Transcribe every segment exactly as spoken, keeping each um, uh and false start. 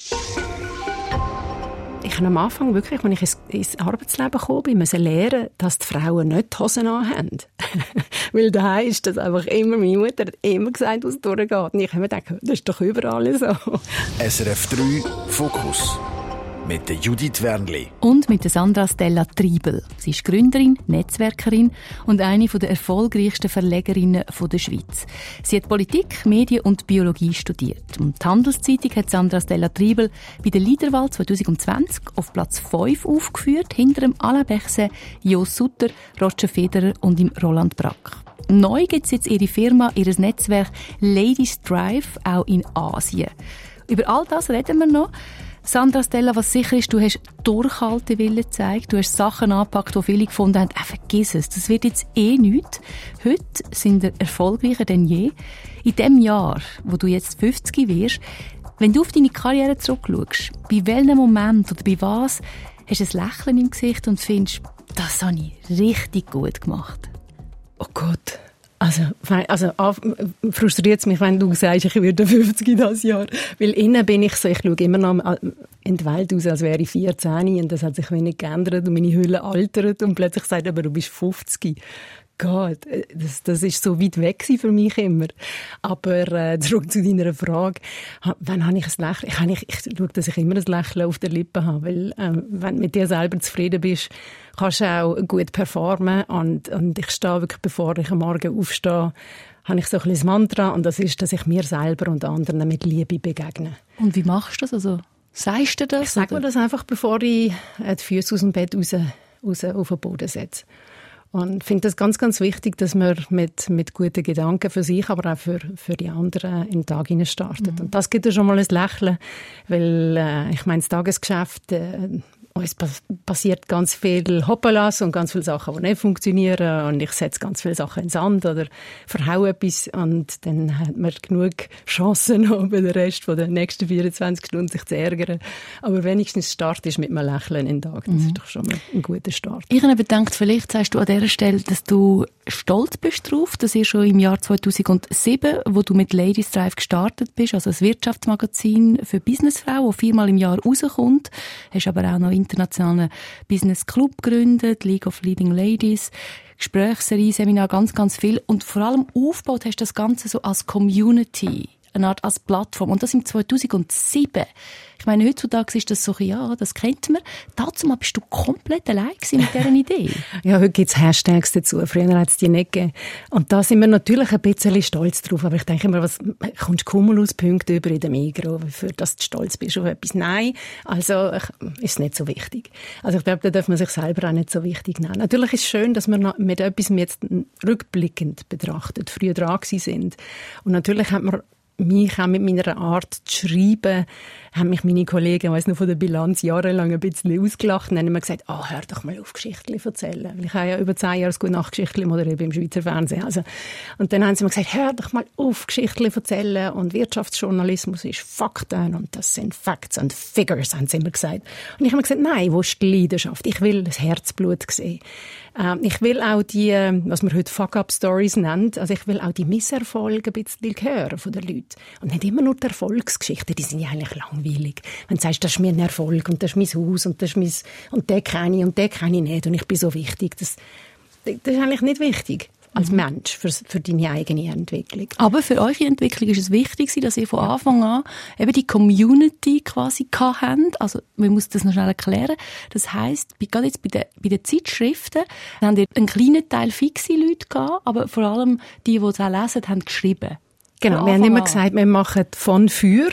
Ich habe am Anfang wirklich, als ich ins, ins Arbeitsleben gekommen bin, müssen lernen, dass die Frauen nicht die Hosen anhaben. Weil daheim ist das einfach immer, meine Mutter hat immer gesagt, was durchgeht. Und ich habe mir gedacht, das ist doch überall so. S R F drei Fokus mit der Judith Wernli. Und mit der Sandra Stella Triebel. Sie ist Gründerin, Netzwerkerin und eine der erfolgreichsten Verlegerinnen der Schweiz. Sie hat Politik, Medien und Biologie studiert. Und die Handelszeitung hat Sandra Stella Triebel bei der Liederwahl zwanzig zwanzig auf Platz fünf aufgeführt, hinter dem Alain Berset, Jos Sutter, Roger Federer und dem Roland Brack. Neu gibt es jetzt ihre Firma, ihr Netzwerk Ladies Drive, auch in Asien. Über all das reden wir noch. Sandra Stella, was sicher ist, du hast Durchhaltewillen gezeigt, du hast Sachen angepackt, die viele gefunden haben, äh, vergiss es, das wird jetzt eh nichts. Heute sind wir erfolgreicher denn je. In dem Jahr, wo du jetzt fünfzig wirst, wenn du auf deine Karriere zurückschaust, bei welchem Moment oder bei was hast du ein Lächeln im Gesicht und findest, das habe ich richtig gut gemacht? Oh Gott. Also, also frustriert es mich, wenn du sagst, ich werde fünfzig dieses Jahr. Weil innen bin ich so, ich schaue immer noch in die Welt aus, als wäre ich vierzehn. Und das hat sich wenig geändert und meine Hülle altert. Und plötzlich sagt aber, du bist fünfzig. Gott, das, das ist so weit weg für mich immer. Aber äh, zurück zu deiner Frage. Wann habe ich ein Lächeln? Ich, ich, ich schaue, dass ich immer ein Lächeln auf der Lippe habe. Weil äh, wenn du mit dir selber zufrieden bist, kannst du auch gut performen. Und, und ich stehe wirklich, bevor ich am Morgen aufstehe, habe ich so ein bisschen Mantra. Und das ist, dass ich mir selber und anderen mit Liebe begegne. Und wie machst du das? Also, sagst du das? Ich sage mir das einfach, bevor ich die Füße aus dem Bett raus, raus auf den Boden setze. Und ich finde das ganz, ganz wichtig, dass man mit, mit guten Gedanken für sich, aber auch für, für die anderen in den Tag hinein startet. Mhm. Und das gibt ja schon mal ein Lächeln, weil äh, ich meine, das Tagesgeschäft, äh, uns passiert ganz viel Hoppelas und ganz viele Sachen, die nicht funktionieren. Und ich setze ganz viele Sachen in den Sand oder verhaue etwas. Und dann hat man genug Chancen, noch bei den Rest von den nächsten vierundzwanzig Stunden sich zu ärgern. Aber wenigstens Start ist mit einem Lächeln in den Tag. Das mhm. ist doch schon mal ein guter Start. Ich habe gedacht, vielleicht sagst du an dieser Stelle, dass du stolz bist drauf, dass ihr schon im Jahr zweitausendsieben, wo du mit Ladies Drive gestartet bist, also ein Wirtschaftsmagazin für Businessfrauen, das viermal im Jahr rauskommt, hast aber auch noch internationalen Business Club gegründet, League of Leading Ladies, Gesprächsserie, Seminar, ganz, ganz viel. Und vor allem aufgebaut hast du das Ganze so als Community, eine Art als Plattform. Und das im zweitausendsieben. Ich meine, heutzutage ist das so, ja, das kennt man. Dazu mal bist du komplett allein mit dieser Idee. Ja, heute gibt es Hashtags dazu. Früher hat es die nicht gegeben. Und da sind wir natürlich ein bisschen stolz drauf. Aber ich denke immer, was, kommst du Cumulus-Punkte über in der Migros, für dass du stolz bist auf etwas? Nein, also ich, ist nicht so wichtig. Also ich glaube, da darf man sich selber auch nicht so wichtig nehmen. Natürlich ist es schön, dass wir mit etwas jetzt rückblickend betrachtet, früher dran sind. Und natürlich hat man mich auch mit meiner Art zu schreiben, haben mich meine Kollegen, ich weiss noch von der Bilanz, jahrelang ein bisschen ausgelacht und haben immer gesagt, oh, hör doch mal auf, Geschichten erzählen. Weil ich habe ja über zehn Jahre das Gute-Nacht-Geschichten moderiert beim Schweizer Fernsehen. Also, und dann haben sie mir gesagt, hör doch mal auf, Geschichten erzählen und Wirtschaftsjournalismus ist Fakten und das sind Facts and Figures, haben sie immer gesagt. Und ich habe mir gesagt, nein, wo ist die Leidenschaft? Ich will das Herzblut sehen. Ähm, ich will auch die, was man heute Fuck-Up-Stories nennt, also ich will auch die Misserfolge ein bisschen hören von den Leuten. Und nicht immer nur die Erfolgsgeschichten, die sind ja eigentlich langweilig. Wenn du sagst, das ist mir ein Erfolg und das ist mein Haus und das ist mein, und den kenne ich und den kenne ich nicht und ich bin so wichtig. Das, das ist eigentlich nicht wichtig als Mensch für, für deine eigene Entwicklung. Aber für eure Entwicklung ist es wichtig, dass ihr von Anfang an eben die Community quasi habt. Also, man muss das noch schnell erklären. Das heisst, gerade jetzt bei den, bei den Zeitschriften habt ihr einen kleinen Teil fixe Leute gehabt, aber vor allem die, die es auch lesen, haben geschrieben. Genau, wir haben immer gesagt, wir machen von für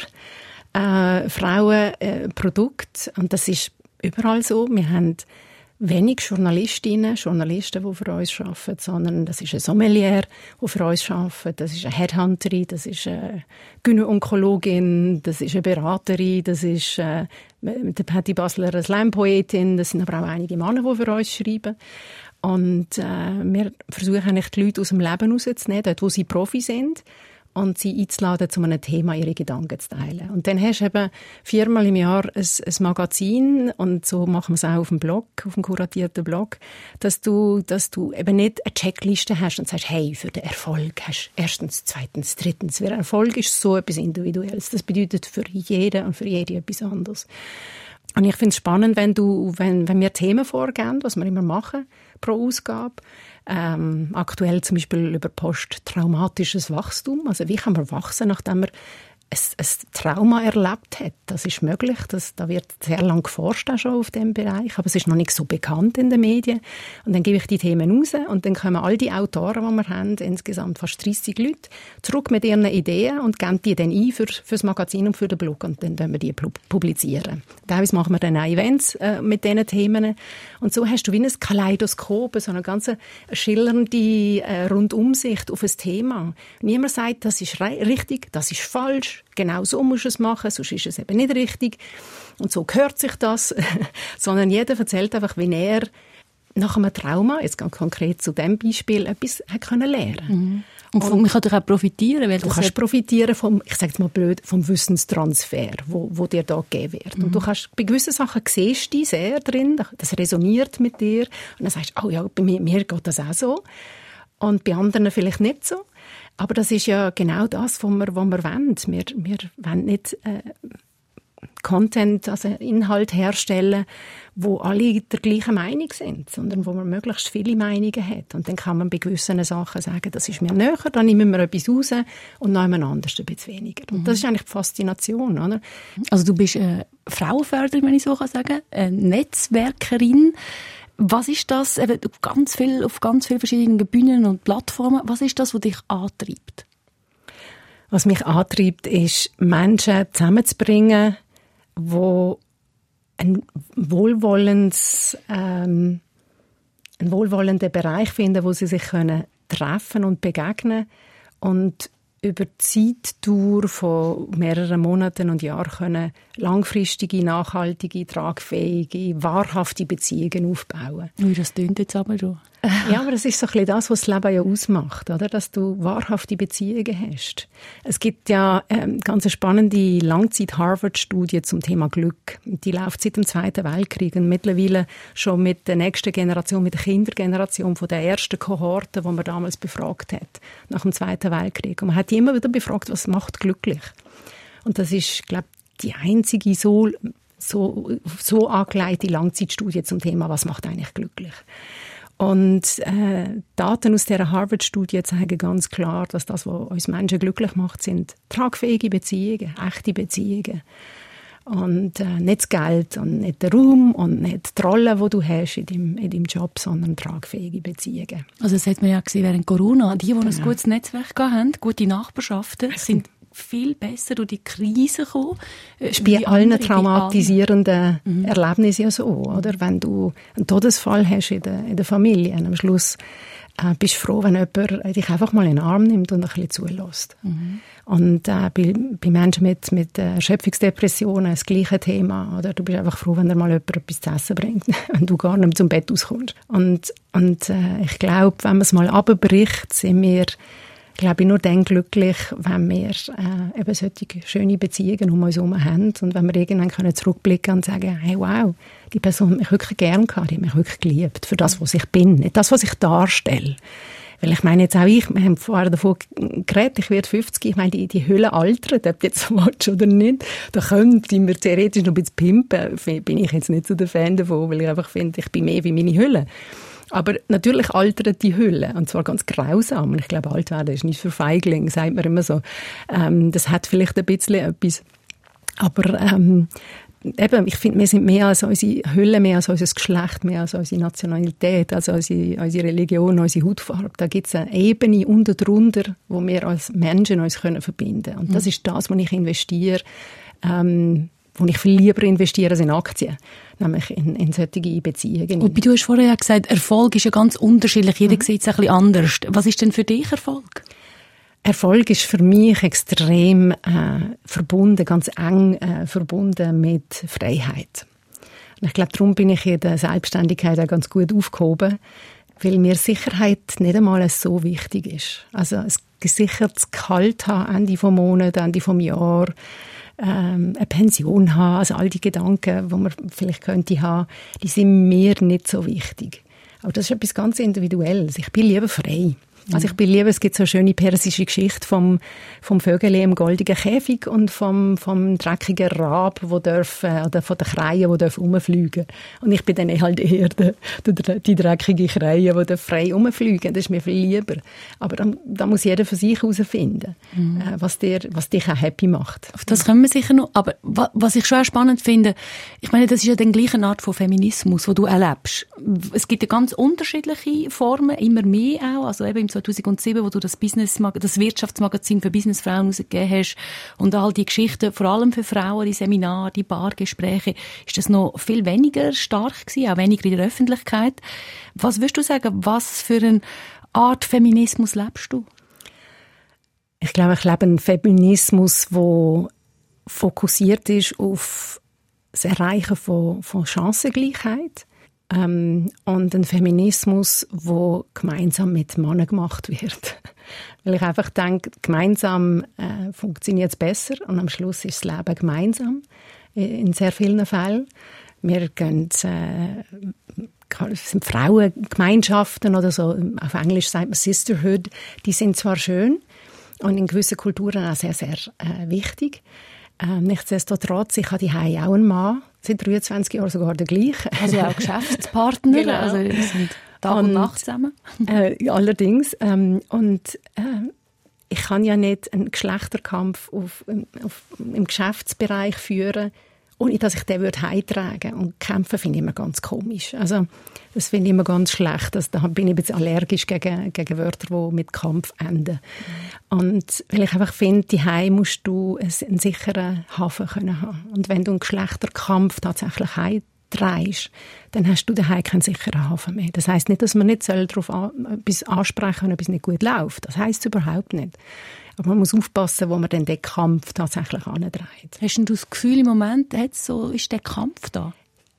äh, Frauen äh, Produkte und das ist überall so. Wir haben wenig Journalistinnen, Journalisten, die für uns arbeiten, sondern das ist ein Sommelier, der für uns arbeitet, das ist eine Headhunterin, das ist eine Gynäkologin, das ist eine Beraterin, das ist äh, mit der Patti Basler eine Slam-Poetin, das sind aber auch einige Männer, die für uns schreiben. Und äh, wir versuchen eigentlich die Leute aus dem Leben rauszunehmen, dort wo sie Profi sind, und sie einzuladen, zu einem Thema ihre Gedanken zu teilen. Und dann hast du eben viermal im Jahr ein, ein Magazin, und so machen wir es auch auf dem Blog, auf dem kuratierten Blog, dass du, dass du eben nicht eine Checkliste hast und sagst, hey, für den Erfolg hast du erstens, zweitens, drittens. Weil Erfolg ist so etwas Individuelles. Das bedeutet für jeden und für jede etwas anderes. Und ich finde es spannend, wenn, du, wenn, wenn wir Themen vorgeben, was wir immer machen pro Ausgabe. Ähm, aktuell zum Beispiel über posttraumatisches Wachstum. Also wie kann man wachsen, nachdem man ein, ein Trauma erlebt hat? Das ist möglich. Das, da wird sehr lange geforscht auch schon auf diesem Bereich. Aber es ist noch nicht so bekannt in den Medien. Und dann gebe ich die Themen raus und dann kommen all die Autoren, die wir haben, insgesamt fast dreissig Leute, zurück mit ihren Ideen und geben die dann ein für, für das Magazin und für den Blog. Und dann werden wir die publizieren. Teilweise machen wir dann auch Events äh, mit diesen Themen. Und so hast du wie ein Kaleidoskop, so eine ganz schillernde äh, Rundumsicht auf ein Thema. Niemand sagt, das ist richtig, das ist falsch. Genau so musst du es machen, sonst ist es eben nicht richtig. Und so gehört sich das. Sondern jeder erzählt einfach, wie er nach einem Trauma, jetzt ganz konkret zu diesem Beispiel, etwas hat können lernen. Mhm. Und, und man kann doch auch profitieren. Weil du kannst profitieren vom, ich sage jetzt mal blöd, vom Wissenstransfer, wo, wo dir da gegeben wird. Mhm. Und du kannst, bei gewissen Sachen siehst du dich sehr drin, das resoniert mit dir. Und dann sagst du, oh ja, bei mir, mir geht das auch so. Und bei anderen vielleicht nicht so. Aber das ist ja genau das, was wir, was wir wollen. Wir, wir wollen nicht äh, Content, also Inhalt herstellen, wo alle der gleichen Meinung sind, sondern wo man möglichst viele Meinungen hat. Und dann kann man bei gewissen Sachen sagen, das ist mir näher, dann nehmen wir etwas raus und noch jemand anderes ein bisschen weniger. Und das ist eigentlich die Faszination, oder? Also du bist eine Frauenförderin, wenn ich so sagen kann, eine Netzwerkerin. Was ist das, eben ganz viel, auf ganz vielen verschiedenen Bühnen und Plattformen, was ist das, was dich antreibt? Was mich antreibt, ist, Menschen zusammenzubringen, die ein wohlwollendes, ähm, einen wohlwollenden Bereich finden, wo sie sich können treffen und begegnen und über die Zeitdauer von mehreren Monaten und Jahren können langfristige, nachhaltige, tragfähige, wahrhafte Beziehungen aufbauen. Ui, das klingt jetzt aber schon. Ja, aber das ist so ein bisschen das, was das Leben ja ausmacht, oder? Dass du wahrhafte Beziehungen hast. Es gibt ja ähm, ganz eine spannende Langzeit-Harvard-Studie zum Thema Glück. Die läuft seit dem Zweiten Weltkrieg und mittlerweile schon mit der nächsten Generation, mit der Kindergeneration von der ersten Kohorte, die man damals befragt hat, nach dem Zweiten Weltkrieg. Und man hat die immer wieder befragt, was macht glücklich? Und das ist, glaube ich, die einzige so, so, so angelegte Langzeitstudie zum Thema, was macht eigentlich glücklich? Und äh, Daten aus dieser Harvard-Studie zeigen ganz klar, dass das, was uns Menschen glücklich macht, sind tragfähige Beziehungen, echte Beziehungen. Und äh, nicht das Geld und nicht der Raum und nicht die Rolle, die du hast in deinem, in deinem Job, sondern tragfähige Beziehungen. Also das hat man ja gesehen während Corona. Die, die genau. ein gutes Netzwerk haben, gute Nachbarschaften, sind viel besser durch die Krise gekommen. Das ist bei allen traumatisierenden mhm. Erlebnissen ja so, oder? Wenn du einen Todesfall hast in der, in der Familie, am Schluss äh, bist du froh, wenn jemand dich einfach mal in den Arm nimmt und ein bisschen zulässt. Mhm. Und äh, bei, bei Menschen mit, mit Erschöpfungsdepressionen das gleiche Thema, oder? Du bist einfach froh, wenn dir mal jemand etwas zu essen bringt, wenn du gar nicht zum Bett rauskommst. Und, und äh, ich glaube, wenn man es mal runterbricht, sind wir glaube ich, nur dann glücklich, wenn wir äh, eben solche schöne Beziehungen um uns herum haben und wenn wir irgendwann können zurückblicken und sagen, hey, wow, die Person hat mich wirklich gern gehabt, die hat mich wirklich geliebt, für das, was ich bin, nicht das, was ich darstelle. Weil ich meine jetzt auch ich, wir haben vorher davon geredet, ich werde fünfzig, ich meine, die, die Hülle altert, ob du jetzt willst oder nicht, da könnte ich mir theoretisch noch ein bisschen pimpen, bin ich jetzt nicht so der Fan davon, weil ich einfach finde, ich bin mehr wie meine Hülle. Aber natürlich altert die Hülle, und zwar ganz grausam. Und ich glaube, alt werden ist nicht für Feigling, sagt man immer so. Ähm, das hat vielleicht ein bisschen etwas. Aber ähm, eben, ich finde, wir sind mehr als unsere Hülle, mehr als unser Geschlecht, mehr als unsere Nationalität, als unsere, unsere Religion, unsere Hautfarbe. Da gibt es eine Ebene unten drunter, wo wir als Menschen uns können verbinden können. Und das mhm. ist das, wo ich investiere, ähm, wo ich viel lieber investiere als in Aktien, nämlich in, in solche Beziehungen. Und du hast vorher gesagt, Erfolg ist ja ganz unterschiedlich, jeder mhm. sieht es ein bisschen anders. Was ist denn für dich Erfolg? Erfolg ist für mich extrem äh, verbunden, ganz eng äh, verbunden mit Freiheit. Und ich glaube, darum bin ich in der Selbstständigkeit auch ganz gut aufgehoben, weil mir Sicherheit nicht einmal so wichtig ist. Also es gesichertes Gehalt haben, Ende vom Monat, Ende vom Jahr, ähm, eine Pension haben, also all die Gedanken, die man vielleicht könnte haben, die sind mir nicht so wichtig. Aber das ist etwas ganz Individuelles. Ich bin lieber frei. Also ich bin lieber, es gibt so eine schöne persische Geschichte vom, vom Vögeli im goldigen Käfig und vom, vom dreckigen Rab, wo darf, oder von den Kreien, die dürfen rumfliegen. Und ich bin dann halt eher die, die, die dreckige Kreie, die frei rumfliegen. Das ist mir viel lieber. Aber da, da muss jeder für sich herausfinden, mhm. was, dir, was dich auch happy macht. Auf das kommen wir sicher noch. Aber was ich schon spannend finde, ich meine, das ist ja die gleiche Art von Feminismus, die du erlebst. Es gibt ja ganz unterschiedliche Formen, immer mehr auch. Also eben im zweitausendsieben, wo du das, Business, das Wirtschaftsmagazin für Businessfrauen herausgegeben hast und all die Geschichten, vor allem für Frauen, die Seminare, die Bargespräche, ist das noch viel weniger stark gewesen, auch weniger in der Öffentlichkeit. Was würdest du sagen, was für eine Art Feminismus lebst du? Ich glaube, ich lebe einen Feminismus, der fokussiert ist auf das Erreichen von, von Chancengleichheit. Ähm, und ein Feminismus, der gemeinsam mit Männern gemacht wird. Weil ich einfach denke, gemeinsam äh, funktioniert es besser und am Schluss ist das Leben gemeinsam in sehr vielen Fällen. Wir gehen, äh, sind Frauengemeinschaften oder so, auf Englisch sagt man Sisterhood, die sind zwar schön und in gewissen Kulturen auch sehr, sehr äh, wichtig. Ähm, nichtsdestotrotz, ich habe die Hause auch einen Mann, seit dreiundzwanzig Jahren sogar der gleiche. Also auch Geschäftspartner, genau. Also wir sind Tag und, und Nacht zusammen. Äh, allerdings. Ähm, und äh, ich kann ja nicht einen Geschlechterkampf auf, auf, im Geschäftsbereich führen, ohne dass ich den heimtragen würde. Und kämpfen finde ich immer ganz komisch. Also das finde ich immer ganz schlecht. Also, da bin ich ein bisschen allergisch gegen, gegen Wörter, die mit Kampf enden. Mhm. Und weil ich einfach finde, die Heim musst du einen sicheren Hafen können haben. Und wenn du einen Geschlechterkampf tatsächlich heimtreibst, dann hast du daheim keinen sicheren Hafen mehr. Das heisst nicht, dass man nicht darauf an, etwas ansprechen soll, wenn etwas nicht gut läuft. Das heisst überhaupt nicht. Aber man muss aufpassen, wo man dann den Kampf tatsächlich antreibt. Hast du das Gefühl, im Moment so ist der Kampf da?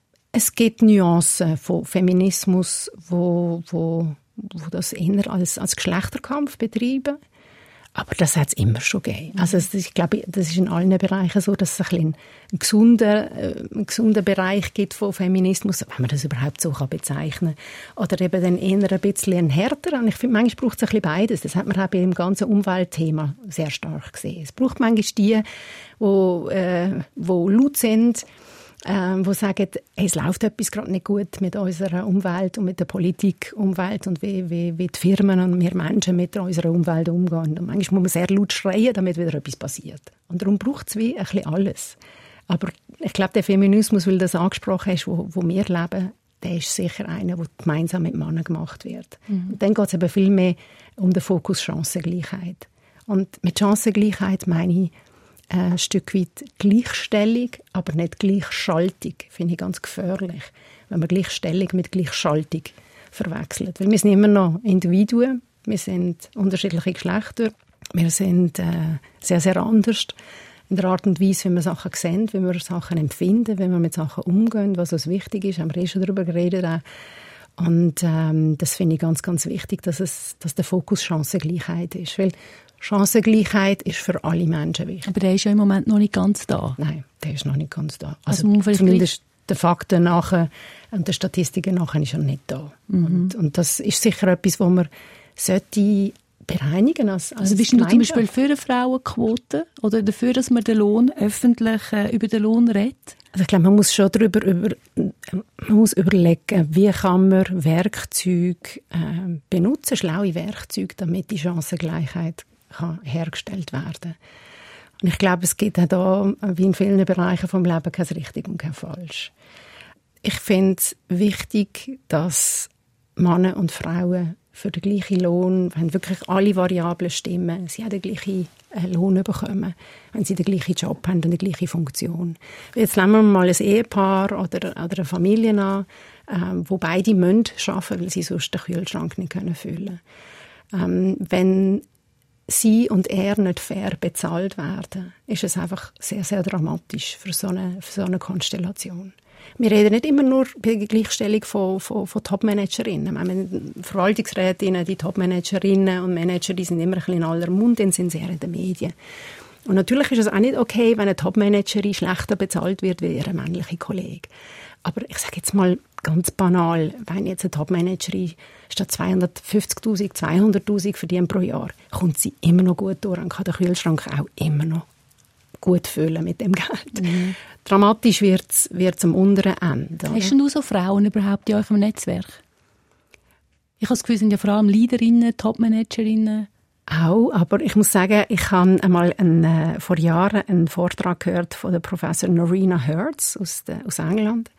Es gibt Nuancen von Feminismus, wo, wo, wo das eher als, als Geschlechterkampf betreiben. Aber das hat es immer schon gegeben. Also ich glaube, das ist in allen Bereichen so, dass es ein, ein, gesunder, ein gesunder Bereich gibt von Feminismus, wenn man das überhaupt so bezeichnen kann. Oder eben dann eher ein bisschen ein härter. Und ich finde, manchmal braucht es ein bisschen beides. Das hat man auch beim ganzen Umweltthema sehr stark gesehen. Es braucht manchmal die, die, äh, die laut sind, Ähm, die sagen, hey, es läuft etwas gerade nicht gut mit unserer Umwelt und mit der Politik, Umwelt und wie, wie, wie die Firmen und wir Menschen mit unserer Umwelt umgehen. Und manchmal muss man sehr laut schreien, damit wieder etwas passiert. Und darum braucht es wie ein bisschen alles. Aber ich glaube, der Feminismus, weil du das angesprochen hast, wo, wo wir leben, der ist sicher einer, der gemeinsam mit Männern gemacht wird. Mhm. Und dann geht es eben viel mehr um den Fokus Chancengleichheit. Und mit Chancengleichheit meine ich, ein Stück weit Gleichstellung, aber nicht Gleichschaltung. Finde ich ganz gefährlich, wenn man Gleichstellung mit Gleichschaltung verwechselt. Weil wir sind immer noch Individuen, wir sind unterschiedliche Geschlechter, wir sind äh, sehr, sehr anders in der Art und Weise, wie wir Sachen sehen, wie wir Sachen empfinden, wie wir mit Sachen umgehen, was uns wichtig ist, haben wir eh schon darüber geredet. Auch. Und ähm, das finde ich ganz, ganz wichtig, dass, es, dass der Fokus Chancengleichheit ist. Weil Chancengleichheit ist für alle Menschen wichtig. Aber der ist ja im Moment noch nicht ganz da. Nein, der ist noch nicht ganz da. Also, also zumindest den Fakten nach und den Statistiken nach ist er nicht da. Mhm. Und, und das ist sicher etwas, wo man sollte bereinigen als, als Also bist du zum Beispiel für eine Frauenquote oder dafür, dass man den Lohn öffentlich äh, über den Lohn redet? Also ich glaube, man muss schon darüber über, man muss überlegen, wie kann man Werkzeuge äh, benutzen, schlaue Werkzeuge, damit die Chancengleichheit kann hergestellt werden. Und ich glaube, es gibt auch da, wie in vielen Bereichen vom Leben, kein richtig und kein falsch. Ich finde es wichtig, dass Männer und Frauen für den gleichen Lohn, wenn wirklich alle Variablen stimmen, sie auch den gleichen Lohn bekommen, wenn sie den gleichen Job haben und die gleiche Funktion. Jetzt nehmen wir mal ein Ehepaar oder, oder eine Familie an, ähm, wo beide arbeiten müssen, weil sie sonst den Kühlschrank nicht füllen können. Ähm, wenn sie und er nicht fair bezahlt werden, ist es einfach sehr, sehr dramatisch für so eine, für so eine Konstellation. Wir reden nicht immer nur bei der Gleichstellung von, von, von Top-Managerinnen. Ich meine, Verwaltungsrätinnen, die Top-Managerinnen und Manager, die sind immer ein bisschen in aller Munde und sind sehr in den Medien. Und natürlich ist es auch nicht okay, wenn eine Top-Managerin schlechter bezahlt wird wie ihre männliche Kollege. Aber ich sage jetzt mal ganz banal, wenn jetzt eine Top-Managerin statt zweihundertfünfzigtausend, zweihunderttausend verdient pro Jahr, kommt sie immer noch gut durch und kann den Kühlschrank auch immer noch gut füllen mit dem Geld. Mhm. Dramatisch wird es am unteren Ende. Hast du so Frauen überhaupt in eurem Netzwerk? Ich habe das Gefühl, sind ja vor allem Leaderinnen, Top-Managerinnen. Auch, aber ich muss sagen, ich habe einmal einen, äh, vor Jahren einen Vortrag gehört von der Professor Norina Hertz aus, de, aus England.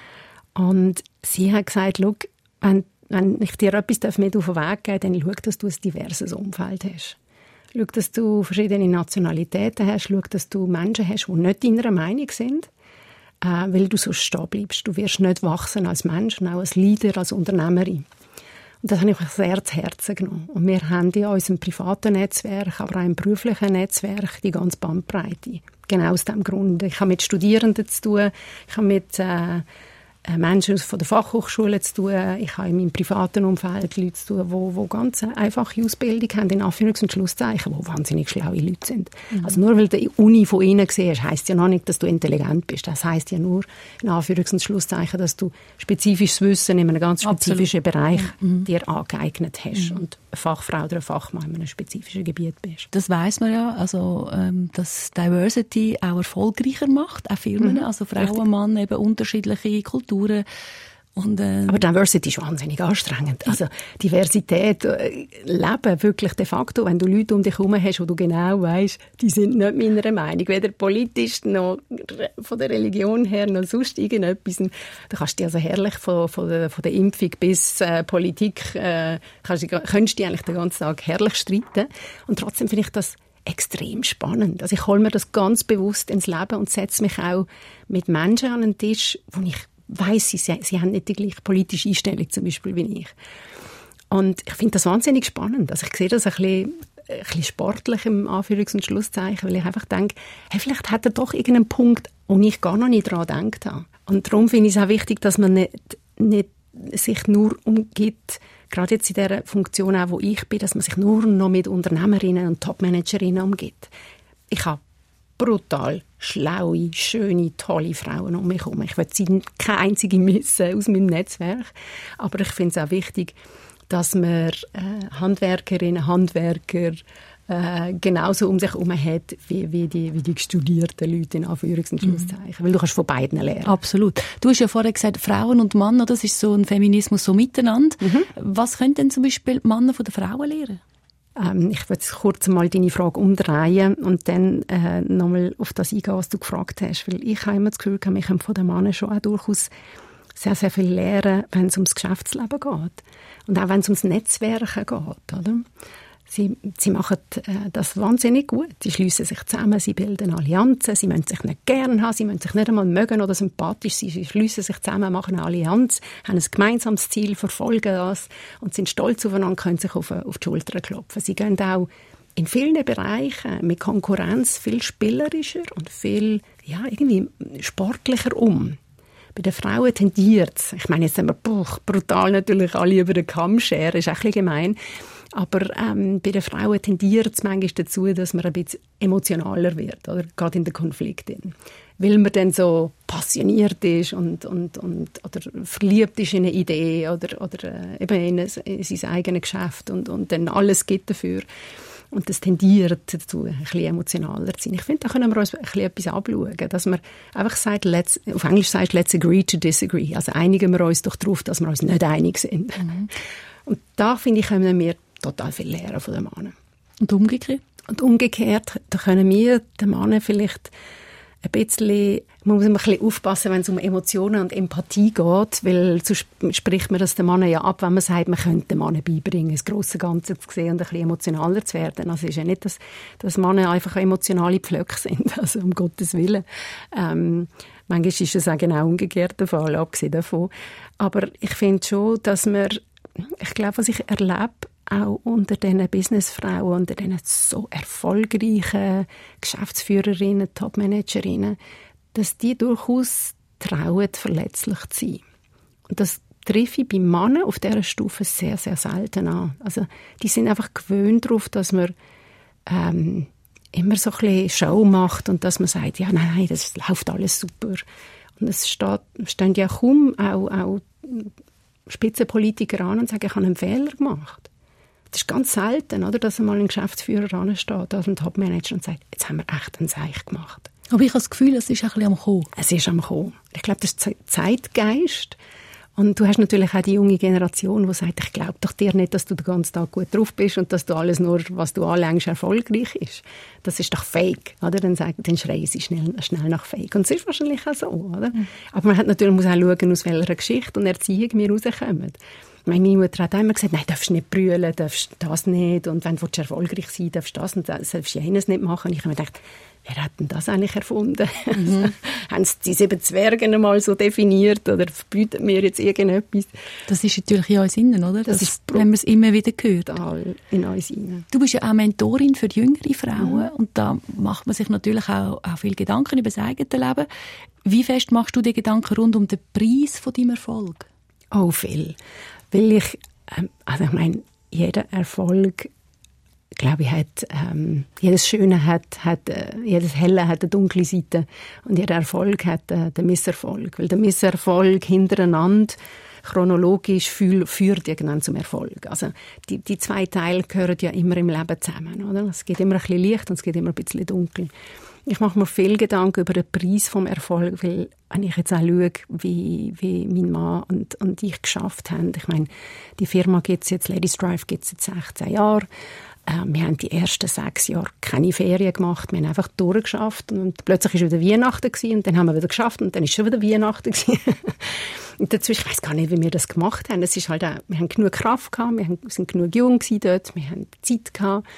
Und sie hat gesagt, schau, wenn, wenn ich dir etwas mit auf den Weg geben darf, dann schau, dass du ein diverses Umfeld hast. Schau, dass du verschiedene Nationalitäten hast. Schau, dass du Menschen hast, die nicht deiner Meinung sind, äh, weil du sonst stehen bleibst. Du wirst nicht wachsen als Mensch und auch als Leader, als Unternehmerin. Und das habe ich sehr zu Herzen genommen. Und wir haben in unserem privaten Netzwerk, aber auch im beruflichen Netzwerk die ganze Bandbreite. Genau aus diesem Grund. Ich habe mit Studierenden zu tun, ich habe mit äh, Menschen von der Fachhochschule zu tun. Ich habe in meinem privaten Umfeld Leute zu tun, die, die ganz einfache Ausbildung haben, in Anführungs- und Schlusszeichen, die wahnsinnig schlaue Leute sind. Mhm. Also nur weil du die Uni von innen siehst, heisst ja noch nicht, dass du intelligent bist. Das heisst ja nur, in Anführungs- und Schlusszeichen, dass du spezifisches Wissen in einem ganz spezifischen Absolut. Bereich mhm. dir angeeignet hast mhm. und eine Fachfrau oder ein Fachmann in einem spezifischen Gebiet bist. Das weiss man ja, also, ähm, dass Diversity auch erfolgreicher macht, auch Firmen, mhm. also Frauen, Mann, eben unterschiedliche Kulturen. Und, äh, aber Diversity ist wahnsinnig anstrengend. Also Diversität, äh, Leben wirklich de facto, wenn du Leute um dich herum hast, wo du genau weißt, die sind nicht meiner Meinung, weder politisch noch von der Religion her noch sonst irgendetwas. Da kannst du also herrlich von, von, der, von der Impfung bis äh, Politik, äh, kannst, könntest du eigentlich den ganzen Tag herrlich streiten. Und trotzdem finde ich das extrem spannend. Also ich hole mir das ganz bewusst ins Leben und setze mich auch mit Menschen an den Tisch, wo ich weiss, sie, sie haben nicht die gleiche politische Einstellung zum Beispiel wie ich. Und ich finde das wahnsinnig spannend. Also ich sehe das ein bisschen, ein bisschen sportlich im Anführungs- und Schlusszeichen, weil ich einfach denke, hey, vielleicht hat er doch irgendeinen Punkt, wo ich gar noch nicht daran gedacht habe. Und darum finde ich es auch wichtig, dass man nicht, nicht sich nur umgibt, gerade jetzt in der Funktion auch, wo ich bin, dass man sich nur noch mit Unternehmerinnen und Topmanagerinnen umgibt. Ich habe brutal schlaue, schöne, tolle Frauen um mich herum. Ich will sie keine einzige missen aus meinem Netzwerk. Aber ich finde es auch wichtig, dass man äh, Handwerkerinnen, Handwerker äh, genauso um sich herum hat, wie, wie, die, wie die studierten Leute in Anführungs- und Schlusszeichen. Mhm. Weil du kannst von beiden lernen. Absolut. Du hast ja vorher gesagt, Frauen und Männer, das ist so ein Feminismus so miteinander. Mhm. Was können denn zum Beispiel Männer von den Frauen lernen? Ähm, ich würde kurz mal deine Frage umdrehen und dann äh, nochmal auf das eingehen, was du gefragt hast. Weil ich habe immer das Gefühl, wir können von den Männern schon auch durchaus sehr, sehr viel lernen, wenn es ums Geschäftsleben geht. Und auch wenn es ums Netzwerken geht. Oder? Sie, sie machen äh, das wahnsinnig gut. Sie schliessen sich zusammen, sie bilden Allianzen, sie müssen sich nicht gern haben, sie müssen sich nicht einmal mögen oder sympathisch sein. Sie schliessen sich zusammen, machen eine Allianz, haben ein gemeinsames Ziel, verfolgen das und sind stolz aufeinander, können sich auf, auf die Schulter klopfen. Sie gehen auch in vielen Bereichen mit Konkurrenz viel spielerischer und viel ja, irgendwie sportlicher um. Bei den Frauen tendiert es. Ich meine, jetzt haben wir boah, brutal natürlich alle über den Kamm scheren, ist auch ein bisschen gemein. Aber ähm, bei den Frauen tendiert es manchmal dazu, dass man ein bisschen emotionaler wird, oder? Gerade in den Konflikten. Weil man dann so passioniert ist und, und, und, oder verliebt ist in eine Idee oder, oder äh, eben in, ein, in sein eigenes Geschäft und, und dann alles gibt dafür. Und das tendiert dazu, ein bisschen emotionaler zu sein. Ich finde, da können wir uns ein bisschen etwas abschauen, dass man einfach sagt, let's, auf Englisch sagt, let's agree to disagree. Also einigen wir uns doch darauf, dass wir uns nicht einig sind. Mhm. Und da, finde ich, können wir total viel lernen von den Männern. Und umgekehrt? Und umgekehrt, da können wir den Männern vielleicht ein bisschen, man muss ein bisschen aufpassen, wenn es um Emotionen und Empathie geht, weil so spricht man das den Männern ja ab, wenn man sagt, man könnte den Männern beibringen, das grosse Ganze zu sehen und ein bisschen emotionaler zu werden. Also es ist ja nicht, dass, dass Männer einfach emotionale Pflöcke sind, also um Gottes Willen. Ähm, manchmal ist es auch genau umgekehrt der Fall, abgesehen davon. Aber ich finde schon, dass man, ich glaube, was ich erlebe, auch unter diesen Businessfrauen, unter diesen so erfolgreichen Geschäftsführerinnen, Topmanagerinnen, dass die durchaus trauen, verletzlich zu sein. Und das treffe ich bei Männern auf dieser Stufe sehr, sehr selten an. Also, die sind einfach gewöhnt darauf, dass man ähm, immer so ein bisschen Show macht und dass man sagt, ja, nein, nein, das läuft alles super. Und es steht, stehen ja kaum auch, auch Spitzenpolitiker an und sagen, ich habe einen Fehler gemacht. Das ist ganz selten, oder, dass einmal ein Geschäftsführer ansteht, also ein Topmanager, und sagt, jetzt haben wir echt einen Seich gemacht. Aber ich habe das Gefühl, es ist ein bisschen am Kommen. Es ist am Kommen. Ich glaube, das ist Zeitgeist. Und du hast natürlich auch die junge Generation, die sagt, ich glaube doch dir nicht, dass du den ganzen Tag gut drauf bist und dass du alles nur, was du anlängst, erfolgreich ist. Das ist doch fake, oder? Dann, sagen, dann schreien sie schnell, schnell nach fake. Und es ist wahrscheinlich auch so, oder? Mhm. Aber man hat natürlich, muss auch schauen, aus welcher Geschichte und Erziehung wir rauskommen. Meine Mutter hat immer gesagt, nein, darfst nicht brüllen, darfst das nicht. Und wenn du erfolgreich sein willst, darfst du das und das, darfst du jenes nicht machen. Und ich habe mir gedacht, wer hat denn das eigentlich erfunden? Mhm. Haben sie die sieben Zwerge einmal so definiert oder verbieten mir jetzt irgendetwas? Das ist natürlich in uns innen, oder? Das, das ist, wenn man es immer wieder hört. In uns innen. Du bist ja auch Mentorin für jüngere Frauen mhm. und da macht man sich natürlich auch, auch viel Gedanken über das eigene Leben. Wie fest machst du dir Gedanken rund um den Preis von deinem Erfolg? Oh, viel. Weil ich, ähm, also ich meine, jeder Erfolg, glaube ich, hat, ähm, jedes Schöne hat, hat äh, jedes Helle hat eine dunkle Seite und jeder Erfolg hat äh, den Misserfolg. Weil der Misserfolg hintereinander chronologisch fühl, führt irgendwann zum Erfolg. Also die, die zwei Teile gehören ja immer im Leben zusammen, oder? Es gibt immer ein bisschen Licht und es gibt immer ein bisschen dunkel. Ich mache mir viel Gedanken über den Preis vom Erfolg, weil wenn ich jetzt auch schaue, wie, wie mein Mann und, und ich geschafft haben. Ich meine, die Firma gibt es jetzt, Ladies Drive gibt es jetzt sechzehn Jahre. Äh, wir haben die ersten sechs Jahre keine Ferien gemacht. Wir haben einfach durchgeschafft und plötzlich war wieder Weihnachten gewesen, und dann haben wir wieder geschafft und dann ist schon wieder Weihnachten gewesen. Und dazwischen, ich weiss gar nicht, wie wir das gemacht haben. Es ist halt auch, wir haben genug Kraft gehabt, wir haben, sind genug jung gewesen dort, wir haben Zeit gehabt.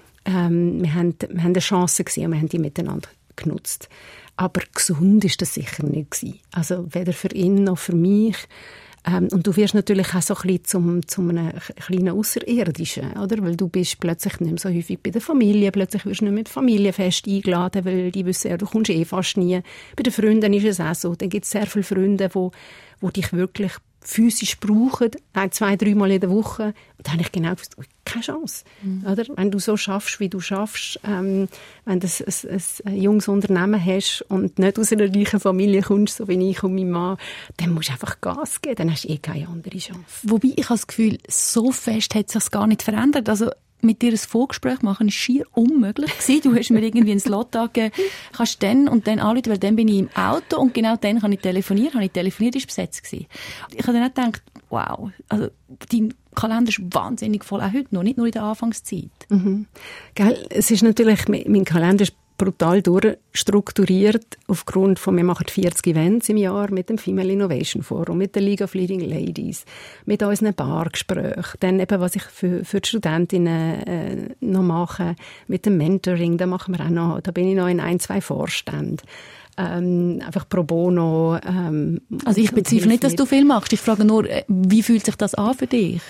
Ähm, wir, haben, wir haben eine Chance gesehen und wir haben die miteinander genutzt. Aber gesund ist das sicher nicht gewesen. Also weder für ihn noch für mich. Ähm, und du wirst natürlich auch so ein bisschen zum, zum einem kleinen Außerirdischen, oder? Weil du bist plötzlich nicht mehr so häufig bei der Familie, plötzlich wirst du nicht mehr mit Familienfest eingeladen, weil die wissen ja, du kommst eh fast nie. Bei den Freunden ist es auch so. Dann gibt es sehr viele Freunde, die, die dich wirklich physisch brauchen, ein, zwei, dreimal in der Woche. Und da habe ich genau gewusst, keine Chance. Mhm. Oder? Wenn du so schaffst, wie du schaffst, ähm, wenn du ein, ein, ein junges Unternehmen hast und nicht aus einer reichen Familie kommst, so wie ich und mein Mann, dann musst du einfach Gas geben, dann hast du eh keine andere Chance. Wobei, ich habe das Gefühl, so fest hat sich das gar nicht verändert. Also mit dir ein Vorgespräch machen ist schier unmöglich gewesen. Du hast mir irgendwie einen Slot angegeben, kannst dann und dann anrufen, weil dann bin ich im Auto und genau dann kann ich telefonieren. Habe ich telefoniert, ist besetzt gewesen. Ich habe dann auch gedacht, wow, also dein Kalender ist wahnsinnig voll, auch heute noch, nicht nur in der Anfangszeit. Mhm. Gell, es ist natürlich, mein Kalender ist brutal durchstrukturiert aufgrund von, wir machen vierzig Events im Jahr mit dem Female Innovation Forum, mit der League of Leading Ladies, mit unseren Bargesprächen, dann eben, was ich für, für die Studentinnen äh, noch mache, mit dem Mentoring, da machen wir auch noch, da bin ich noch in ein, zwei Vorständen. Ähm, einfach pro bono. Ähm, also ich bezweifle nicht, dass du viel machst. Ich frage nur, wie fühlt sich das an für dich?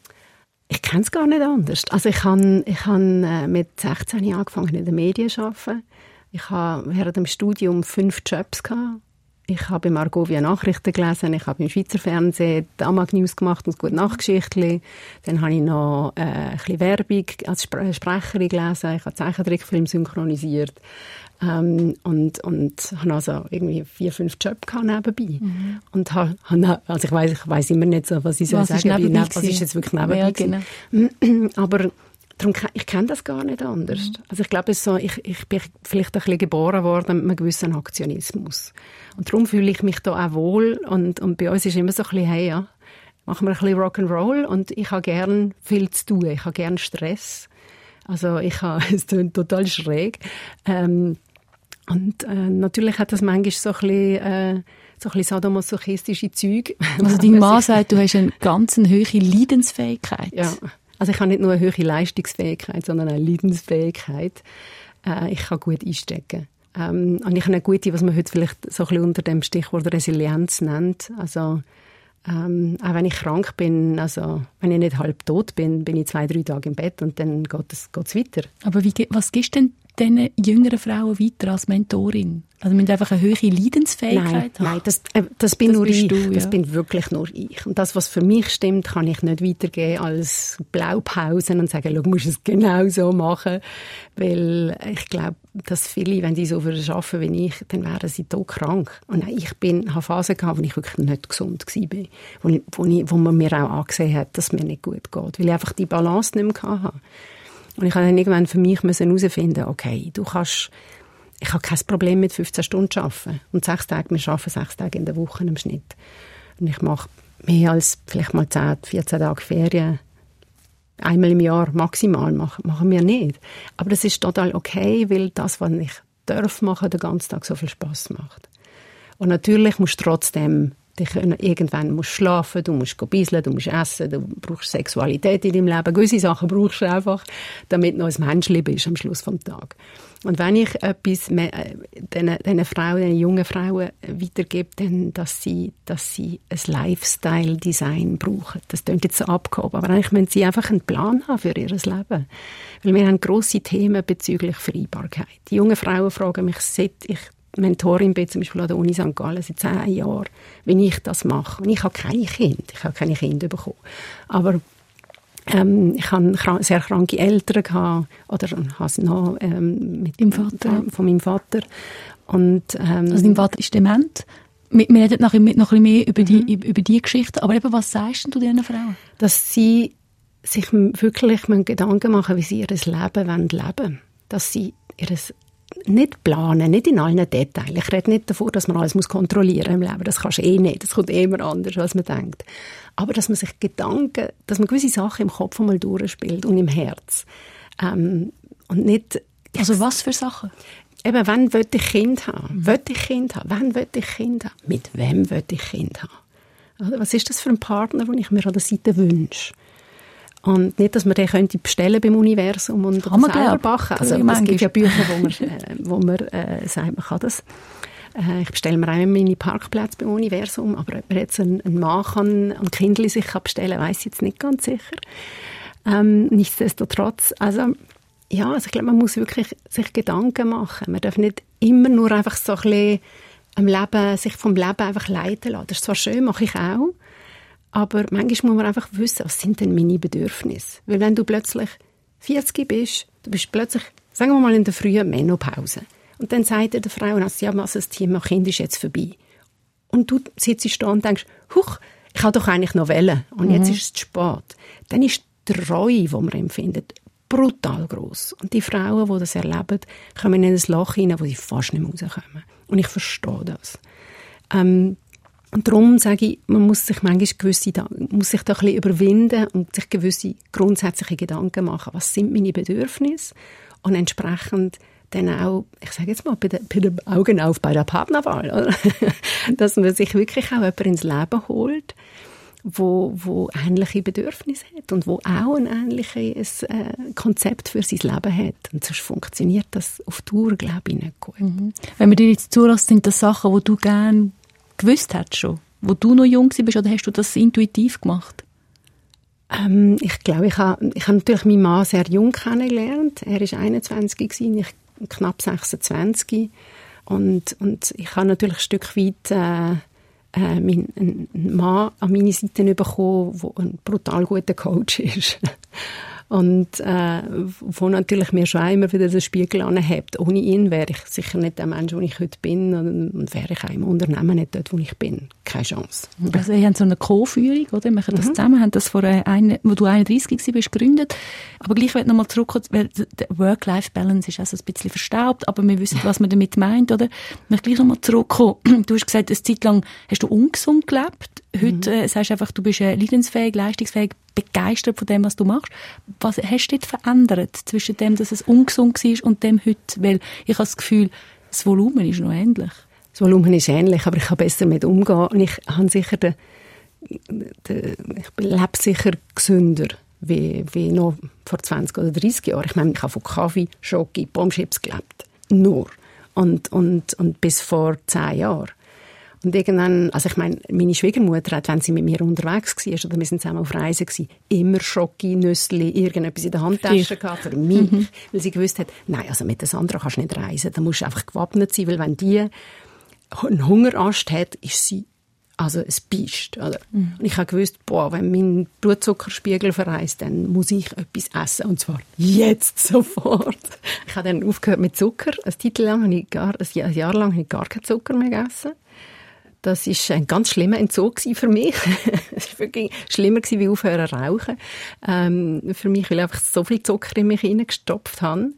Ich kenne es gar nicht anders. Also ich habe ich hab mit sechzehn Jahren angefangen, in den Medien zu arbeiten. Ich habe während dem Studium fünf Jobs gehabt. Ich habe im Argovia Nachrichten gelesen, ich habe im Schweizer Fernsehen die Amag News gemacht und das Gute-Nacht-Geschichtli. Dann habe ich noch äh, ein bisschen Werbung als Spre- Sprecherin gelesen. Ich habe Zeichentrickfilm synchronisiert. Ähm, und, und habe also irgendwie vier, fünf Jobs gehabt nebenbei. Mhm. Und ha, ha, also ich weiss, ich weiss immer nicht so, was ich soll was sagen. Ist was ist jetzt wirklich nebenbei? Ja, genau. Aber darum, ich kenne das gar nicht anders. Mhm. Also ich glaube, so, ich, ich bin vielleicht ein bisschen geboren worden mit einem gewissen Aktionismus. Und darum fühle ich mich da auch wohl. Und, und bei uns ist immer so ein bisschen, hey, ja, machen wir ein bisschen Rock'n'Roll. Und ich habe gerne viel zu tun. Ich habe gerne Stress. Also ich habe, es klingt total schräg. Ähm, Und äh, natürlich hat das manchmal so ein bisschen, äh, so ein bisschen sadomasochistische Züge. Also dein Mann sagt, du hast eine ganz hohe Leidensfähigkeit. Ja, also ich habe nicht nur eine hohe Leistungsfähigkeit, sondern eine Leidensfähigkeit. Äh, ich kann gut einstecken. Ähm, und ich habe eine gute, was man heute vielleicht so ein bisschen unter dem Stichwort Resilienz nennt. Also ähm, auch wenn ich krank bin, also wenn ich nicht halb tot bin, bin ich zwei, drei Tage im Bett und dann geht es geht's weiter. Aber wie, was gibst denn diesen jüngeren Frauen weiter als Mentorin? Also wir müssen einfach eine hohe Leidensfähigkeit nein, haben. Nein, das, äh, das bin das nur ich. Du, ja. Das bin wirklich nur ich. Und das, was für mich stimmt, kann ich nicht weitergeben als Blaupausen und sagen, du musst es genau so machen. Weil ich glaube, dass viele, wenn die so arbeiten wie ich, dann wären sie todkrank. Und ich bin, habe Phasen gehabt, wo ich wirklich nicht gesund war. Wo, ich, wo, ich, wo man mir auch angesehen hat, dass es mir nicht gut geht. Weil ich einfach die Balance nicht mehr hatte. Und ich habe dann irgendwann für mich herausfinden, okay, du kannst, ich habe kein Problem mit fünfzehn Stunden arbeiten. Und sechs Tage, wir arbeiten sechs Tage in der Woche im Schnitt. Und ich mache mehr als vielleicht mal zehn, vierzehn Tage Ferien. Einmal im Jahr maximal machen, machen wir nicht. Aber das ist total okay, weil das, was ich darf machen, den ganzen Tag so viel Spass macht. Und natürlich musst du trotzdem dich irgendwann musst schlafen, du musst bisseln, du musst essen, du brauchst Sexualität in deinem Leben. Gewisse Sachen brauchst du einfach, damit du noch ein Menschchen bist am Schluss des Tages. Und wenn ich etwas äh, diesen Frauen, diesen jungen Frauen weitergebe, dann, dass sie, dass sie ein Lifestyle-Design brauchen. Das klingt jetzt so abgehoben, aber eigentlich müssen sie einfach einen Plan haben für ihr Leben. Weil wir haben grosse Themen bezüglich Vereinbarkeit. Die jungen Frauen fragen mich, seit ich Mentorin bin, zum Beispiel an der Uni Sankt Gallen, seit zehn Jahren, wie ich das mache. Und ich habe keine Kinder. Ich habe keine Kinder bekommen. Aber ähm, ich hatte sehr kranke Eltern gehabt, oder habe sie noch ähm, mit Im Vater. Von meinem Vater. Und, ähm, also dein Vater ist dement. Wir, wir reden nachher noch ein bisschen mehr über, mhm. die, über die Geschichte. Aber eben, was sagst du diesen Frauen? Dass sie sich wirklich Gedanken machen, wie sie ihr Leben leben wollen. Dass sie ihr nicht planen, nicht in allen Details. Ich rede nicht davon, dass man alles kontrollieren muss im Leben. Das kannst du eh nicht. Das kommt eh immer anders, als man denkt. Aber dass man sich Gedanken, dass man gewisse Sachen im Kopf einmal durchspielt und im Herz. Ähm, und nicht... Also was für Sachen? Eben, wann will ich Kind haben? Mhm. Will ich Kind haben? Wann will ich Kind haben? Mit wem will ich Kind haben? Also, was ist das für ein Partner, den ich mir an der Seite wünsche? Und nicht, dass man den könnte bestellen beim Universum und kann man selber backen. Also, es gibt ja Bücher, wo man, äh, wo man äh, sagt, man kann das. Äh, ich bestelle mir einmal meine Parkplätze beim Universum, aber ob man jetzt einen, einen Mann kann, ein Kindli sich kann bestellen, weiss ich jetzt nicht ganz sicher. Ähm, nichtsdestotrotz, also ja, also ich glaube, man muss wirklich sich Gedanken machen. Man darf nicht immer nur einfach so ein bisschen am Leben, sich vom Leben einfach leiten lassen. Das ist zwar schön, mache ich auch, aber manchmal muss man einfach wissen, was sind denn meine Bedürfnisse? Weil wenn du plötzlich vierzig bist, du bist plötzlich, sagen wir mal, in der frühen Menopause. Und dann sagt dir der Frau, also, ja, das Thema Kind ist jetzt vorbei. Und du sitzt da und denkst, huch, ich habe doch eigentlich noch wollen. Und mhm. jetzt ist es zu spät. Dann ist die Reue, die man empfindet, brutal gross. Und die Frauen, die das erleben, kommen in ein Loch hinein, wo sie fast nicht mehr rauskommen. Und ich verstehe das. Ähm, Und darum sage ich, man muss sich manchmal gewisse, muss sich da ein bisschen überwinden und sich gewisse grundsätzliche Gedanken machen. Was sind meine Bedürfnisse? Und entsprechend dann auch, ich sage jetzt mal, bei den, bei den Augen auf bei der Partnerwahl, oder? Dass man sich wirklich auch jemanden ins Leben holt, wo, wo ähnliche Bedürfnisse hat und wo auch ein ähnliches äh, Konzept für sein Leben hat. Und sonst funktioniert das auf Dauer, glaube ich, nicht gut. Mhm. Wenn man dir jetzt zulässt, sind das Sachen, die du gerne gewusst hast schon, wo du noch jung warst, oder hast du das intuitiv gemacht? Ähm, ich glaube, ich habe ich hab natürlich meinen Mann sehr jung kennengelernt. Er war einundzwanzig, ich knapp sechsundzwanzig. Und, und ich habe natürlich ein Stück weit äh, äh, meinen, einen Mann an meine Seite bekommen, der ein brutal guter Coach ist. Und äh, wo natürlich mir schon immer wieder den Spiegel anhebt. Ohne ihn wäre ich sicher nicht der Mensch, der ich heute bin, und wäre ich auch im Unternehmen nicht dort, wo ich bin. Keine Chance. Also ihr habt so eine Co-Führung, oder? Wir machen das mhm. zusammen, haben das vor ein, wo du einunddreissig warst, gegründet. Aber gleich will ich noch mal zurückkommen, weil Work-Life-Balance ist also ein bisschen verstaubt, aber wir wissen, was man damit meint, oder? Ich möchte gleich noch mal zurückkommen. Du hast gesagt, eine Zeit lang hast du ungesund gelebt. Heute mhm. äh, sagst du einfach, du bist äh, leidensfähig, leistungsfähig, begeistert von dem, was du machst. Was hast du dort verändert zwischen dem, dass es ungesund war und dem heute? Weil ich habe das Gefühl, das Volumen ist noch ähnlich. Das Volumen ist ähnlich, aber ich kann besser mit umgehen. Und ich habe sicher den, den, ich lebe sicher gesünder wie, wie noch vor zwanzig oder dreissig Jahren. Ich meine, ich habe von Kaffee, Schoki, Bombschips gelebt. Nur. Und, und, und bis vor zehn Jahren. Und irgendwann, also ich meine, meine Schwiegermutter hat, wenn sie mit mir unterwegs war, oder wir sind zusammen auf Reisen gewesen, immer Schoki, Nüssli, irgendetwas in der Handtasche gehabt für mich, mhm. weil sie gewusst hat, nein, also mit der Sandra kannst du nicht reisen, da musst du einfach gewappnet sein, weil wenn die einen Hungerast hat, ist sie also ein Biest. Oder? Mhm. Und ich habe gewusst, boah, wenn mein Blutzuckerspiegel verreist, dann muss ich etwas essen. Und zwar jetzt sofort. Ich habe dann aufgehört mit Zucker. Eine Zeit lang habe ich gar, ein Jahr lang habe ich gar keinen Zucker mehr gegessen. Das war ein ganz schlimmer Entzug für mich. Es war wirklich schlimmer wie aufhören zu rauchen. Ähm, für mich, weil ich einfach so viel Zucker in mich hineingestopft habe.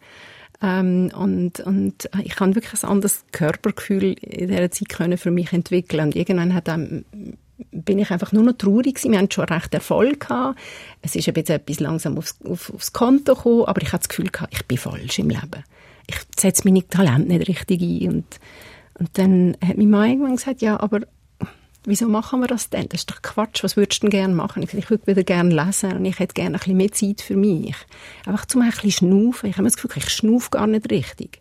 Ähm, und, und ich habe wirklich ein anderes Körpergefühl in dieser Zeit können für mich entwickeln. Und irgendwann hat dann, bin ich einfach nur noch traurig gewesen. Wir hatten schon recht Erfolg gehabt. Es ist ein bisschen etwas langsam aufs, auf, aufs Konto gekommen, aber ich hatte das Gefühl gehabt, ich bin falsch im Leben. Ich setze meine Talente nicht richtig ein. Und, und dann hat meine Mann irgendwann gesagt, ja, aber wieso machen wir das denn? Das ist doch Quatsch. Was würdest du denn gerne machen? Ich, ich würde wieder gerne lesen und ich hätte gerne ein bisschen mehr Zeit für mich. Einfach zum ein bisschen schnaufen. Ich habe das Gefühl, ich schnaufe gar nicht richtig.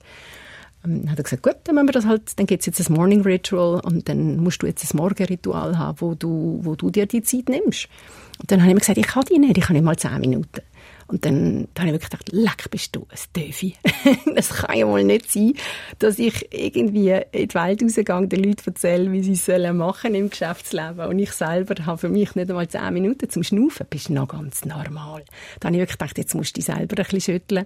Und dann hat er gesagt, gut, dann machen wir das halt, dann gibt es jetzt ein Morning Ritual und dann musst du jetzt ein Morgenritual haben, wo du, wo du dir die Zeit nimmst. Und dann habe ich mir gesagt, ich kann die nicht, ich habe nicht mal zehn Minuten. Und dann, dann habe ich wirklich gedacht, leck, bist du ein Döfi. Das kann ja wohl nicht sein, dass ich irgendwie in die Welt rausgehe, den Leuten erzähle, wie sie es machen im Geschäftsleben. Und ich selber habe für mich nicht einmal zehn Minuten zum Schnaufen. Das ist noch ganz normal. Da habe ich wirklich gedacht, jetzt musst du dich selber ein bisschen schütteln.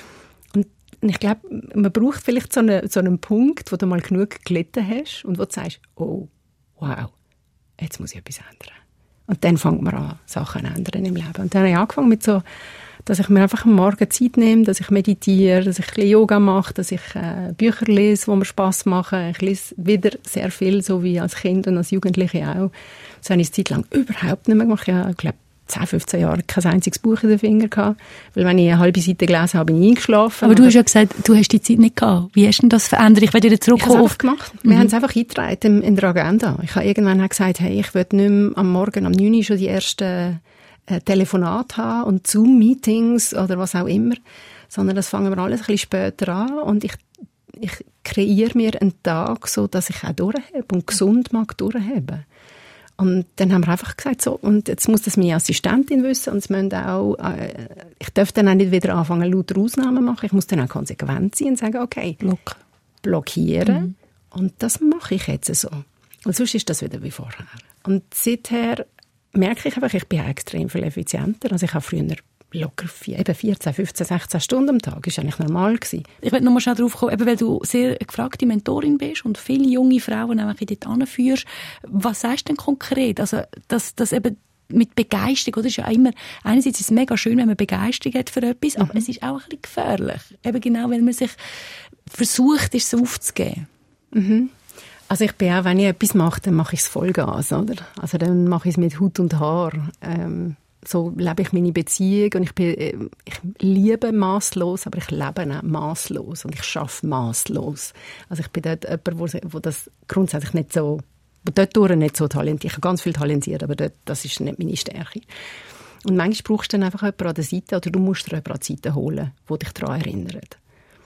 Und ich glaube, man braucht vielleicht so einen, so einen Punkt, wo du mal genug gelitten hast und wo du sagst, oh, wow, jetzt muss ich etwas ändern. Und dann fängt man an, Sachen zu ändern im Leben. Und dann habe ich angefangen mit so, dass ich mir einfach am Morgen Zeit nehme, dass ich meditiere, dass ich ein bisschen Yoga mache, dass ich äh, Bücher lese, die mir Spass machen. Ich lese wieder sehr viel, so wie als Kind und als Jugendliche auch. Das habe ich eine Zeit lang überhaupt nicht mehr gemacht. Ich glaube, zehn, fünfzehn Jahre kein einziges Buch in den Fingern gehabt. Weil wenn ich eine halbe Seite gelesen habe, bin ich eingeschlafen. Aber du hast ja gesagt, du hast die Zeit nicht gehabt. Wie hast du denn das verändert? Ich werde wieder zurückkommen. Ich habe es gemacht. Wir mhm. haben es einfach eingetragen in der Agenda. Ich habe irgendwann gesagt, hey, ich will nicht mehr am Morgen, am neun Uhr schon die ersten äh, Telefonate haben und Zoom-Meetings oder was auch immer. Sondern das fangen wir alles ein bisschen später an. Und ich, ich kreiere mir einen Tag, so dass ich auch durchhebe und gesund mag durchheben. Und dann haben wir einfach gesagt, so, und jetzt muss das meine Assistentin wissen und es müssen auch, äh, ich darf dann auch nicht wieder anfangen, lauter Ausnahmen machen, ich muss dann auch konsequent sein und sagen, okay, Block. blockieren mhm. und das mache ich jetzt so. Und sonst ist das wieder wie vorher. Und seither merke ich einfach, ich bin extrem viel effizienter, also ich habe früher locker eben vierzehn, fünfzehn, sechzehn Stunden am Tag. Das war eigentlich normal gewesen. Ich will noch mal schnell darauf kommen, eben weil du sehr gefragte Mentorin bist und viele junge Frauen auch dort anführst. Was sagst du denn konkret? Also, dass, dass eben mit Begeisterung, oder? Ist ja immer, einerseits ist es mega schön, wenn man Begeisterung hat für etwas, mhm. aber es ist auch ein bisschen gefährlich. Eben genau, wenn man sich versucht, es aufzugeben. Mhm. Also ich bin auch, wenn ich etwas mache, dann mache ich es Vollgas, oder? Also dann mache ich es mit Haut und Haar. Ähm, So lebe ich meine Beziehung und ich, bin, ich liebe masslos, aber ich lebe auch masslos und ich schaffe masslos. Also ich bin dort jemand, wo, wo das grundsätzlich nicht so, dort durch nicht so talentiert. Ich habe ganz viel talentiert, aber dort, das ist nicht meine Stärke. Und manchmal brauchst du dann einfach jemanden an der Seite oder du musst dir jemanden an die Seite holen, der dich daran erinnert.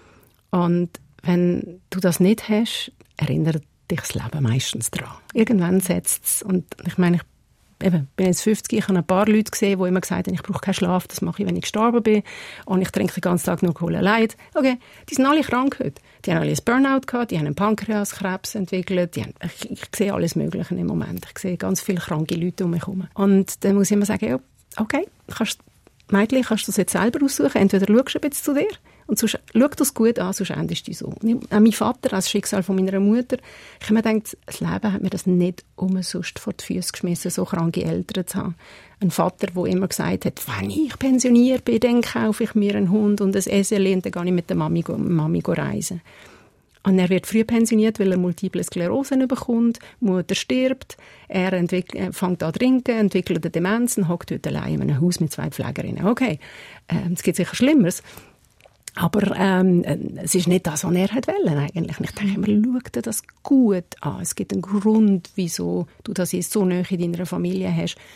Und wenn du das nicht hast, erinnert dich das Leben meistens daran. Irgendwann setzt es. Und ich meine, ich Eben, ich bin jetzt fünfzig, ich habe ein paar Leute gesehen, die immer gesagt haben, ich brauche keinen Schlaf, das mache ich, wenn ich gestorben bin. Und ich trinke den ganzen Tag nur Cola Light. Okay, die sind alle krank heute. Die haben alle ein Burnout gehabt, die haben einen Pankreaskrebs entwickelt. Die haben, ich, ich sehe alles Mögliche im Moment. Ich sehe ganz viele kranke Leute um mich herum. Und dann muss ich immer sagen, ja, okay, kannst, Mädchen, kannst du das jetzt selber aussuchen. Entweder schaust du jetzt zu dir und sonst, schau das gut an, sonst endest du so. Auch mein Vater, als Schicksal von meiner Mutter, ich habe mir gedacht, das Leben hat mir das nicht umsonst vor die Füße geschmissen, so kranke Eltern zu haben. Ein Vater, der immer gesagt hat, wenn ich pensioniert bin, dann kaufe ich mir einen Hund und ein Esel und dann gehe ich mit der Mami, Mami reisen. Und er wird früh pensioniert, weil er Multiple Sklerose bekommt, die Mutter stirbt, er entwickelt, fängt an zu trinken, entwickelt eine Demenz und hockt heute allein in einem Haus mit zwei Pflegerinnen. Okay, äh, es gibt sicher Schlimmeres. Aber ähm, es ist nicht das, was er wollte eigentlich. Ich denke immer, schau dir das gut an. Es gibt einen Grund, wieso du das jetzt so nahe in deiner Familie hast.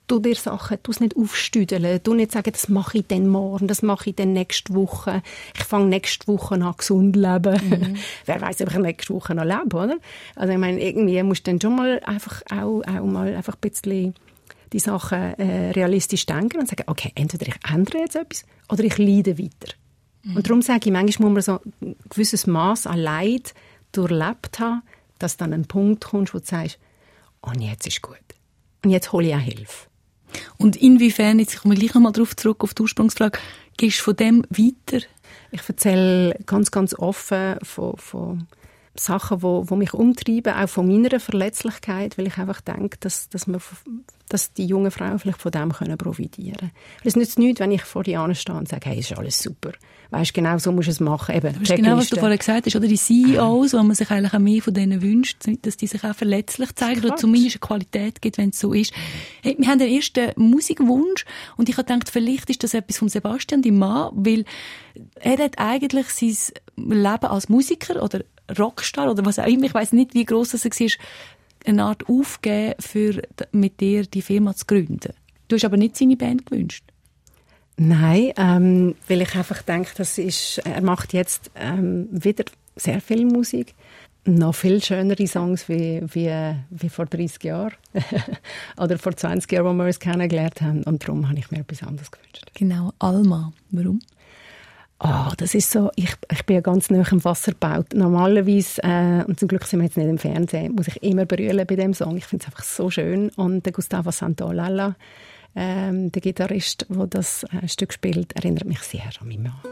tu dir Sachen, tu es nicht aufstüdeln, tu nicht sagen, das mache ich dann morgen, das mache ich dann nächste Woche. Ich fange nächste Woche an gesund leben. Mhm. Wer weiß, ob ich nächste Woche noch lebe, oder? Also ich meine, irgendwie musst du dann schon mal einfach auch, auch mal einfach ein bisschen die Sachen äh, realistisch denken und sagen, okay, entweder ich ändere jetzt etwas oder ich leide weiter. Mhm. Und darum sage ich, manchmal muss man so ein gewisses Maß an Leid durchlebt haben, dass dann ein Punkt kommt, wo du sagst, oh, jetzt ist gut. Und jetzt hole ich auch Hilfe. Und inwiefern, jetzt komme ich gleich noch mal darauf zurück, auf die Ursprungsfrage, gehst du von dem weiter? Ich erzähle ganz, ganz offen von, von Sachen, die, die mich umtreiben, auch von meiner Verletzlichkeit, weil ich einfach denke, dass, dass, wir, dass die jungen Frauen vielleicht von dem können profitieren können. Es nützt nichts, wenn ich vor dir stehe und sage, hey, ist alles super. Weißt, genau so musst du es machen. Eben, das ist genau, was du vorhin gesagt hast, oder? Die C E Os, wo man sich eigentlich auch mehr von denen wünscht, dass die sich auch verletzlich zeigen oder zumindest eine Qualität gibt, wenn es so ist. Hey, wir haben den ersten Musikwunsch und ich habe gedacht, vielleicht ist das etwas von Sebastian, dem Mann, weil er hat eigentlich sein Leben als Musiker oder Rockstar oder was auch immer, ich weiss nicht, wie gross das war, eine Art aufgeben, für mit dir die Firma zu gründen. Du hast aber nicht seine Band gewünscht. Nein, ähm, weil ich einfach denke, das ist, er macht jetzt ähm, wieder sehr viel Musik. Noch viel schönere Songs wie, wie, wie vor dreißig Jahren oder vor zwanzig Jahren, wo wir uns kennengelernt haben. Und darum habe ich mir etwas anderes gewünscht. Genau, Alma. Warum? Oh, das ist so, ich, ich bin ja ganz nah am Wasser gebaut. Normalerweise, äh, und zum Glück sind wir jetzt nicht im Fernsehen, muss ich immer brüllen bei dem Song. Ich finde es einfach so schön. Und der Gustavo Santaolalla, ähm, der Gitarrist, der das äh, Stück spielt, erinnert mich sehr an meinen Mann.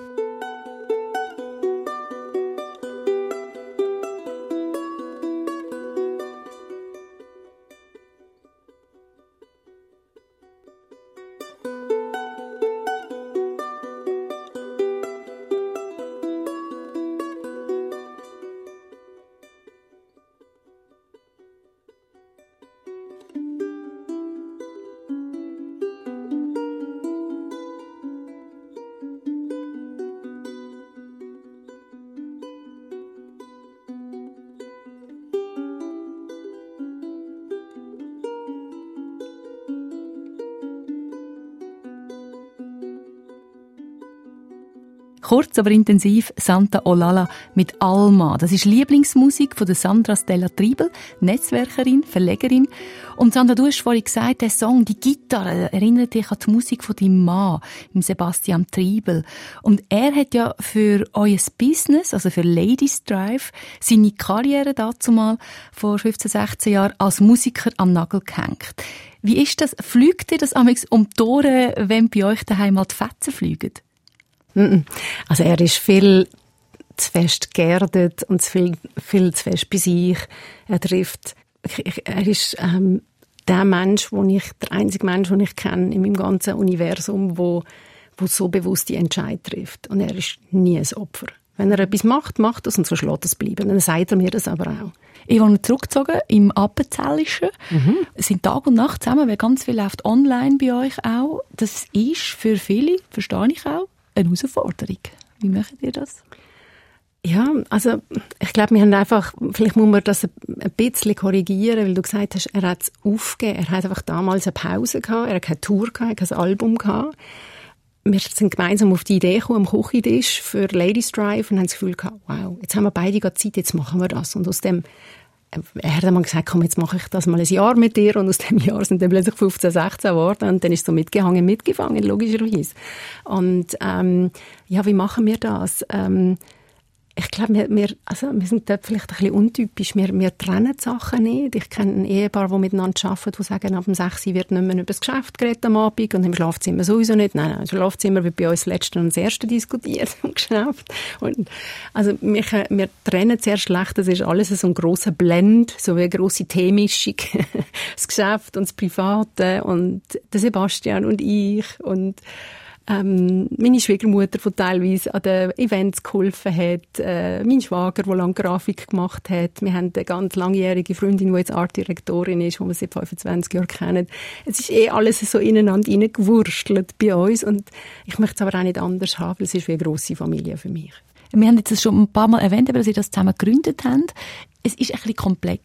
Kurz, aber intensiv Santaolalla mit Alma. Das ist Lieblingsmusik von der Sandra Stella Triebel, Netzwerkerin, Verlegerin. Und Sandra, du hast vorhin gesagt, der Song, die Gitarre, erinnert dich an die Musik von deinem Mann, Sebastian Triebel. Und er hat ja für euer Business, also für Ladies Drive, seine Karriere dazu mal vor fünfzehn, sechzehn Jahren als Musiker am Nagel gehängt. Wie ist das? Fliegt dir das amigs um die Ohren, wenn bei euch daheim mal die Fetzen fliegen? Also er ist viel zu fest geerdet und viel, viel zu fest bei sich. Er trifft, er ist ähm, der Mensch, wo ich, der einzige Mensch, den ich kenne in meinem ganzen Universum, wo, wo so bewusst die Entscheidung trifft. Und er ist nie ein Opfer. Wenn er etwas macht, macht er es und so lässt es bleiben. Dann sagt er mir das aber auch. Ich wohne zurückgezogen im Appenzellischen. Mhm. Es sind Tag und Nacht zusammen, weil ganz viel läuft online bei euch auch. Das ist für viele, verstehe ich auch, eine Herausforderung. Wie macht ihr das? Ja, also ich glaube, wir haben einfach, vielleicht muss man das ein bisschen korrigieren, weil du gesagt hast, er hat es aufgegeben. Er hat einfach damals eine Pause gehabt, er hat keine Tour gehabt, kein Album gehabt. Wir sind gemeinsam auf die Idee gekommen, am Küchentisch für Ladies Drive und haben das Gefühl gehabt, wow, jetzt haben wir beide gerade Zeit, jetzt machen wir das. Und aus dem, er hat einmal gesagt, komm, jetzt mache ich das mal ein Jahr mit dir. Und aus dem Jahr sind dann plötzlich fünfzehn, sechzehn geworden. Und dann ist so mitgehangen, mitgefangen, logischerweise. Und ähm, ja, wie machen wir das? Ähm, ich glaube, wir, wir, also wir sind dort vielleicht ein bisschen untypisch. Wir, wir trennen die Sachen nicht. Ich kenne ein Ehepaar, das miteinander arbeitet, die sagen, ab dem sechs Uhr wird nicht mehr über das Geschäft geredet am Abend und im Schlafzimmer sowieso nicht. Nein, nein, im Schlafzimmer wird bei uns das Letzte und das Erste diskutiert im Geschäft. Und also wir, wir trennen sehr schlecht. Das ist alles so ein grosser Blend, so wie eine grosse Teemischung. Das Geschäft und das Private und der Sebastian und ich und Ähm, meine Schwiegermutter, die teilweise an den Events geholfen hat, äh, mein Schwager, der lange Grafik gemacht hat. Wir haben eine ganz langjährige Freundin, die jetzt Artdirektorin ist, die wir seit fünfundzwanzig Jahren kennen. Es ist eh alles so ineinander hineingewurstelt bei uns und ich möchte es aber auch nicht anders haben, weil es ist wie eine grosse Familie für mich. Wir haben jetzt schon ein paar Mal erwähnt, dass Sie das zusammen gegründet haben. Es ist ein bisschen komplex,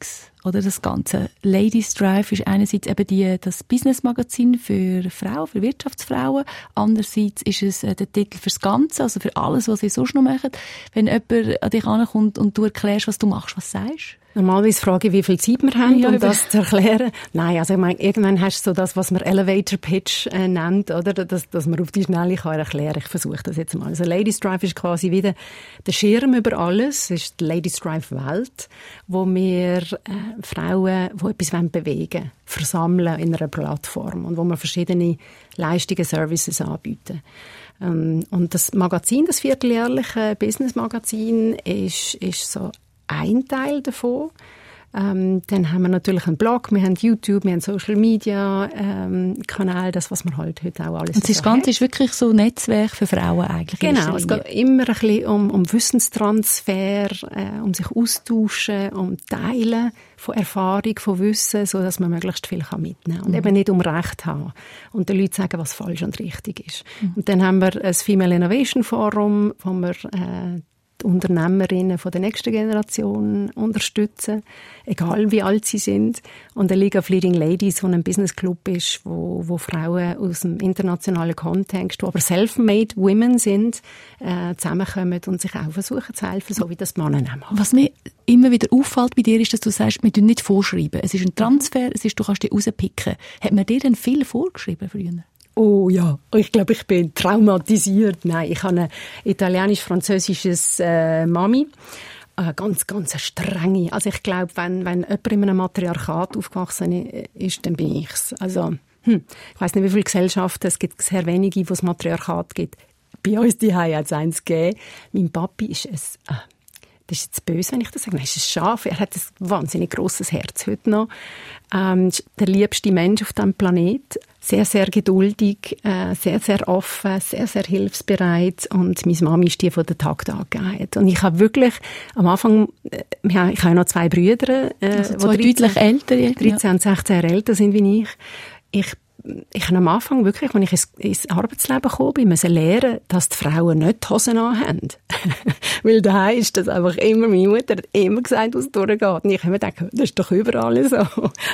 oder das Ganze. Ladies Drive ist einerseits eben die, das Business-Magazin für Frauen, für Wirtschaftsfrauen. Andererseits ist es äh, der Titel fürs Ganze, also für alles, was sie sonst noch machen. Wenn jemand an dich ankommt und du erklärst, was du machst, was sagst du? Normalerweise frage ich, wie viel Zeit wir haben, ja, um das zu erklären. Nein, also ich meine, irgendwann hast du so das, was man Elevator Pitch äh, nennt, oder? Dass, dass man auf die Schnelle kann erklären. Ich versuche das jetzt mal. Also Ladies Drive ist quasi wieder der Schirm über alles. Es ist die Ladies Drive Welt, wo wir äh, Frauen, die etwas bewegen wollen, versammeln in einer Plattform und wo wir verschiedene Leistungen, Services anbieten. Ähm, und das Magazin, das vierteljährliche Business-Magazin, ist, ist so ein Teil davon. Ähm, dann haben wir natürlich einen Blog, wir haben YouTube, wir haben Social Media ähm, Kanäle, das, was man halt heute auch alles und das so Ganze hat. ist wirklich so ein Netzwerk für Frauen eigentlich. Genau, es geht immer ein bisschen um, um Wissenstransfer, äh, um sich austauschen, um Teilen von Erfahrung, von Wissen, so dass man möglichst viel kann mitnehmen kann. Und mhm. eben nicht um Recht haben und den Leuten sagen, was falsch und richtig ist. Mhm. Und dann haben wir ein Female Innovation Forum, wo wir äh, die Unternehmerinnen von der nächsten Generation unterstützen, egal wie alt sie sind. Und der League of Leading Ladies, wo ein Business Club ist, wo, wo Frauen aus dem internationalen Kontext, die aber self-made Women sind, äh, zusammenkommen und sich auch versuchen zu helfen, so wie das die Männer auch machen. Was mir immer wieder auffällt bei dir, ist, dass du sagst, wir tun nicht vorschreiben. Es ist ein Transfer, es ist, du kannst dich rauspicken. Hat man dir denn viel vorgeschrieben früher? Oh ja, ich glaube, ich bin traumatisiert. Nein, ich habe ein italienisch-französisches äh, Mami. Äh, ganz, ganz eine strenge. Also ich glaube, wenn, wenn jemand in einem Matriarchat aufgewachsen ist, dann bin ich's. Also, hm, ich weiss nicht, wie viele Gesellschaften, es gibt sehr wenige, wo es Matriarchat gibt. Bei uns die hat es eins gegeben. Mein Papi ist ein... Äh, Das ist jetzt böse, wenn ich das sage. Nein, es ist ein Schaf. Er hat ein wahnsinnig grosses Herz heute noch. Ähm, der liebste Mensch auf diesem Planeten. Sehr, sehr geduldig, äh, sehr, sehr offen, sehr, sehr hilfsbereit. Und meine Mami ist die, die den Tag angegeben hat. Und ich habe wirklich am Anfang, äh, ich habe ja noch zwei Brüder, äh, also zwei die deutlich älter. dreizehn und sechzehn Jahre älter sind wie ich. Ich Ich habe am Anfang wirklich, als ich ins, ins Arbeitsleben gekommen bin, müssen lernen, dass die Frauen nicht die Hosen anhaben. Weil daheim ist das einfach immer, meine Mutter hat immer gesagt, was durchgeht. Und ich habe mir gedacht, das ist doch überall so.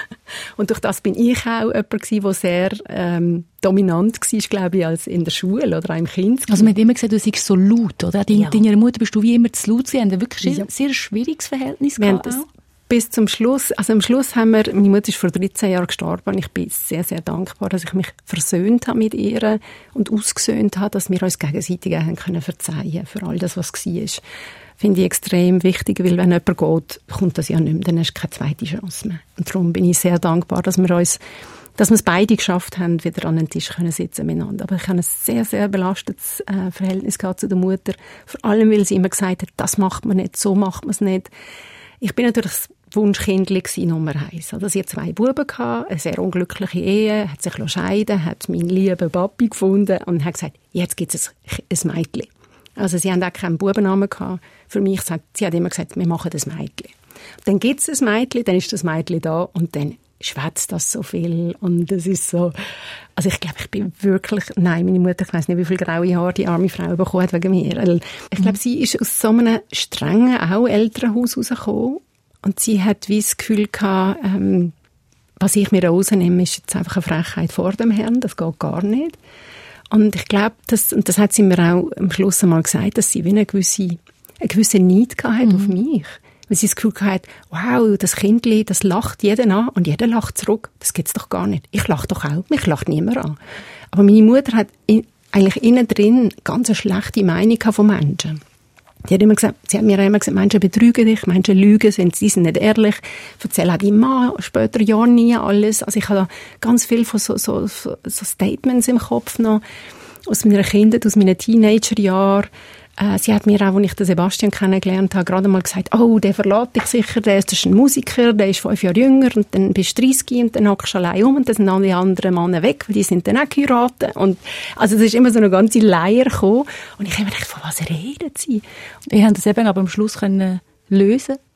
Und durch das bin ich auch jemand gewesen, der sehr ähm, dominant war, glaube ich, als in der Schule oder auch im Kind. Also man hat immer gesagt, du seist so laut, oder? Deine, ja. deiner Mutter bist du wie immer zu laut. Sie haben wirklich ja. ein sehr schwieriges Verhältnis wir gehabt. Bis zum Schluss, also am Schluss haben wir, meine Mutter ist vor dreizehn Jahren gestorben und ich bin sehr, sehr dankbar, dass ich mich versöhnt habe mit ihr und ausgesöhnt habe, dass wir uns gegenseitig haben können verzeihen für all das, was war. Finde ich extrem wichtig, weil wenn jemand geht, kommt das ja nicht mehr, dann hast du keine zweite Chance mehr. Und darum bin ich sehr dankbar, dass wir uns, dass wir es beide geschafft haben, wieder an den Tisch können sitzen miteinander. Aber ich habe ein sehr, sehr belastetes äh, Verhältnis gehabt zu der Mutter, vor allem, weil sie immer gesagt hat, das macht man nicht, so macht man es nicht. Ich bin natürlich Wunschkindli gsi, Nummer eins. Also sie hat zwei Buben gehabt, eine sehr unglückliche Ehe, hat sich scheiden, hat meinen lieben Papi gefunden und hat gesagt, jetzt gibt es ein, ein Mädchen. Also sie haben auch keinen Bubennamen gehabt. Für mich, sie hat immer gesagt, wir machen das Mädchen. Dann gibt es ein Mädchen, dann ist das Mädchen da und dann schwätzt das so viel und es ist so, also ich glaube, ich bin wirklich, nein, meine Mutter, ich weiss nicht, wie viele graue Haare die arme Frau bekommen hat wegen mir. Ich glaube, sie ist aus so einem strengen, auch Elternhaus rausgekommen. Und sie hat wie das Gefühl gehabt, ähm, was ich mir rausnehme, ist jetzt einfach eine Frechheit vor dem Herrn, das geht gar nicht. Und ich glaube, das, und das hat sie mir auch am Schluss einmal gesagt, dass sie wie eine gewisse, eine gewisse Neid gehabt hat mhm. auf mich. Weil sie das Gefühl gehabt, wow, das Kindli, das lacht jeden an und jeder lacht zurück. Das gibt's doch gar nicht. Ich lache doch auch, mich lacht niemand an. Aber meine Mutter hat in, eigentlich innen drin ganz eine schlechte Meinung von Menschen. Die hat immer gesagt, sie hat mir immer gesagt, Menschen betrügen dich, Menschen lügen, sind, sie sind nicht ehrlich, erzählen auch die Mann später ja nie alles. Also ich habe da ganz viel von so, so, so Statements im Kopf noch, aus meiner Kindheit, aus meinen Teenagerjahren. Äh, sie hat mir auch, als ich den Sebastian kennengelernt habe, gerade mal gesagt, oh, der verlässt dich sicher, der ist ein Musiker, der ist fünf Jahre jünger und dann bist du dreißig und dann hockst du allein um und dann sind alle anderen Männer weg, weil die sind dann auch geheiratet. Und, also es ist immer so eine ganze Leier gekommen und ich habe mir gedacht, von was redet sie? Wir haben das eben aber am Schluss können lösen.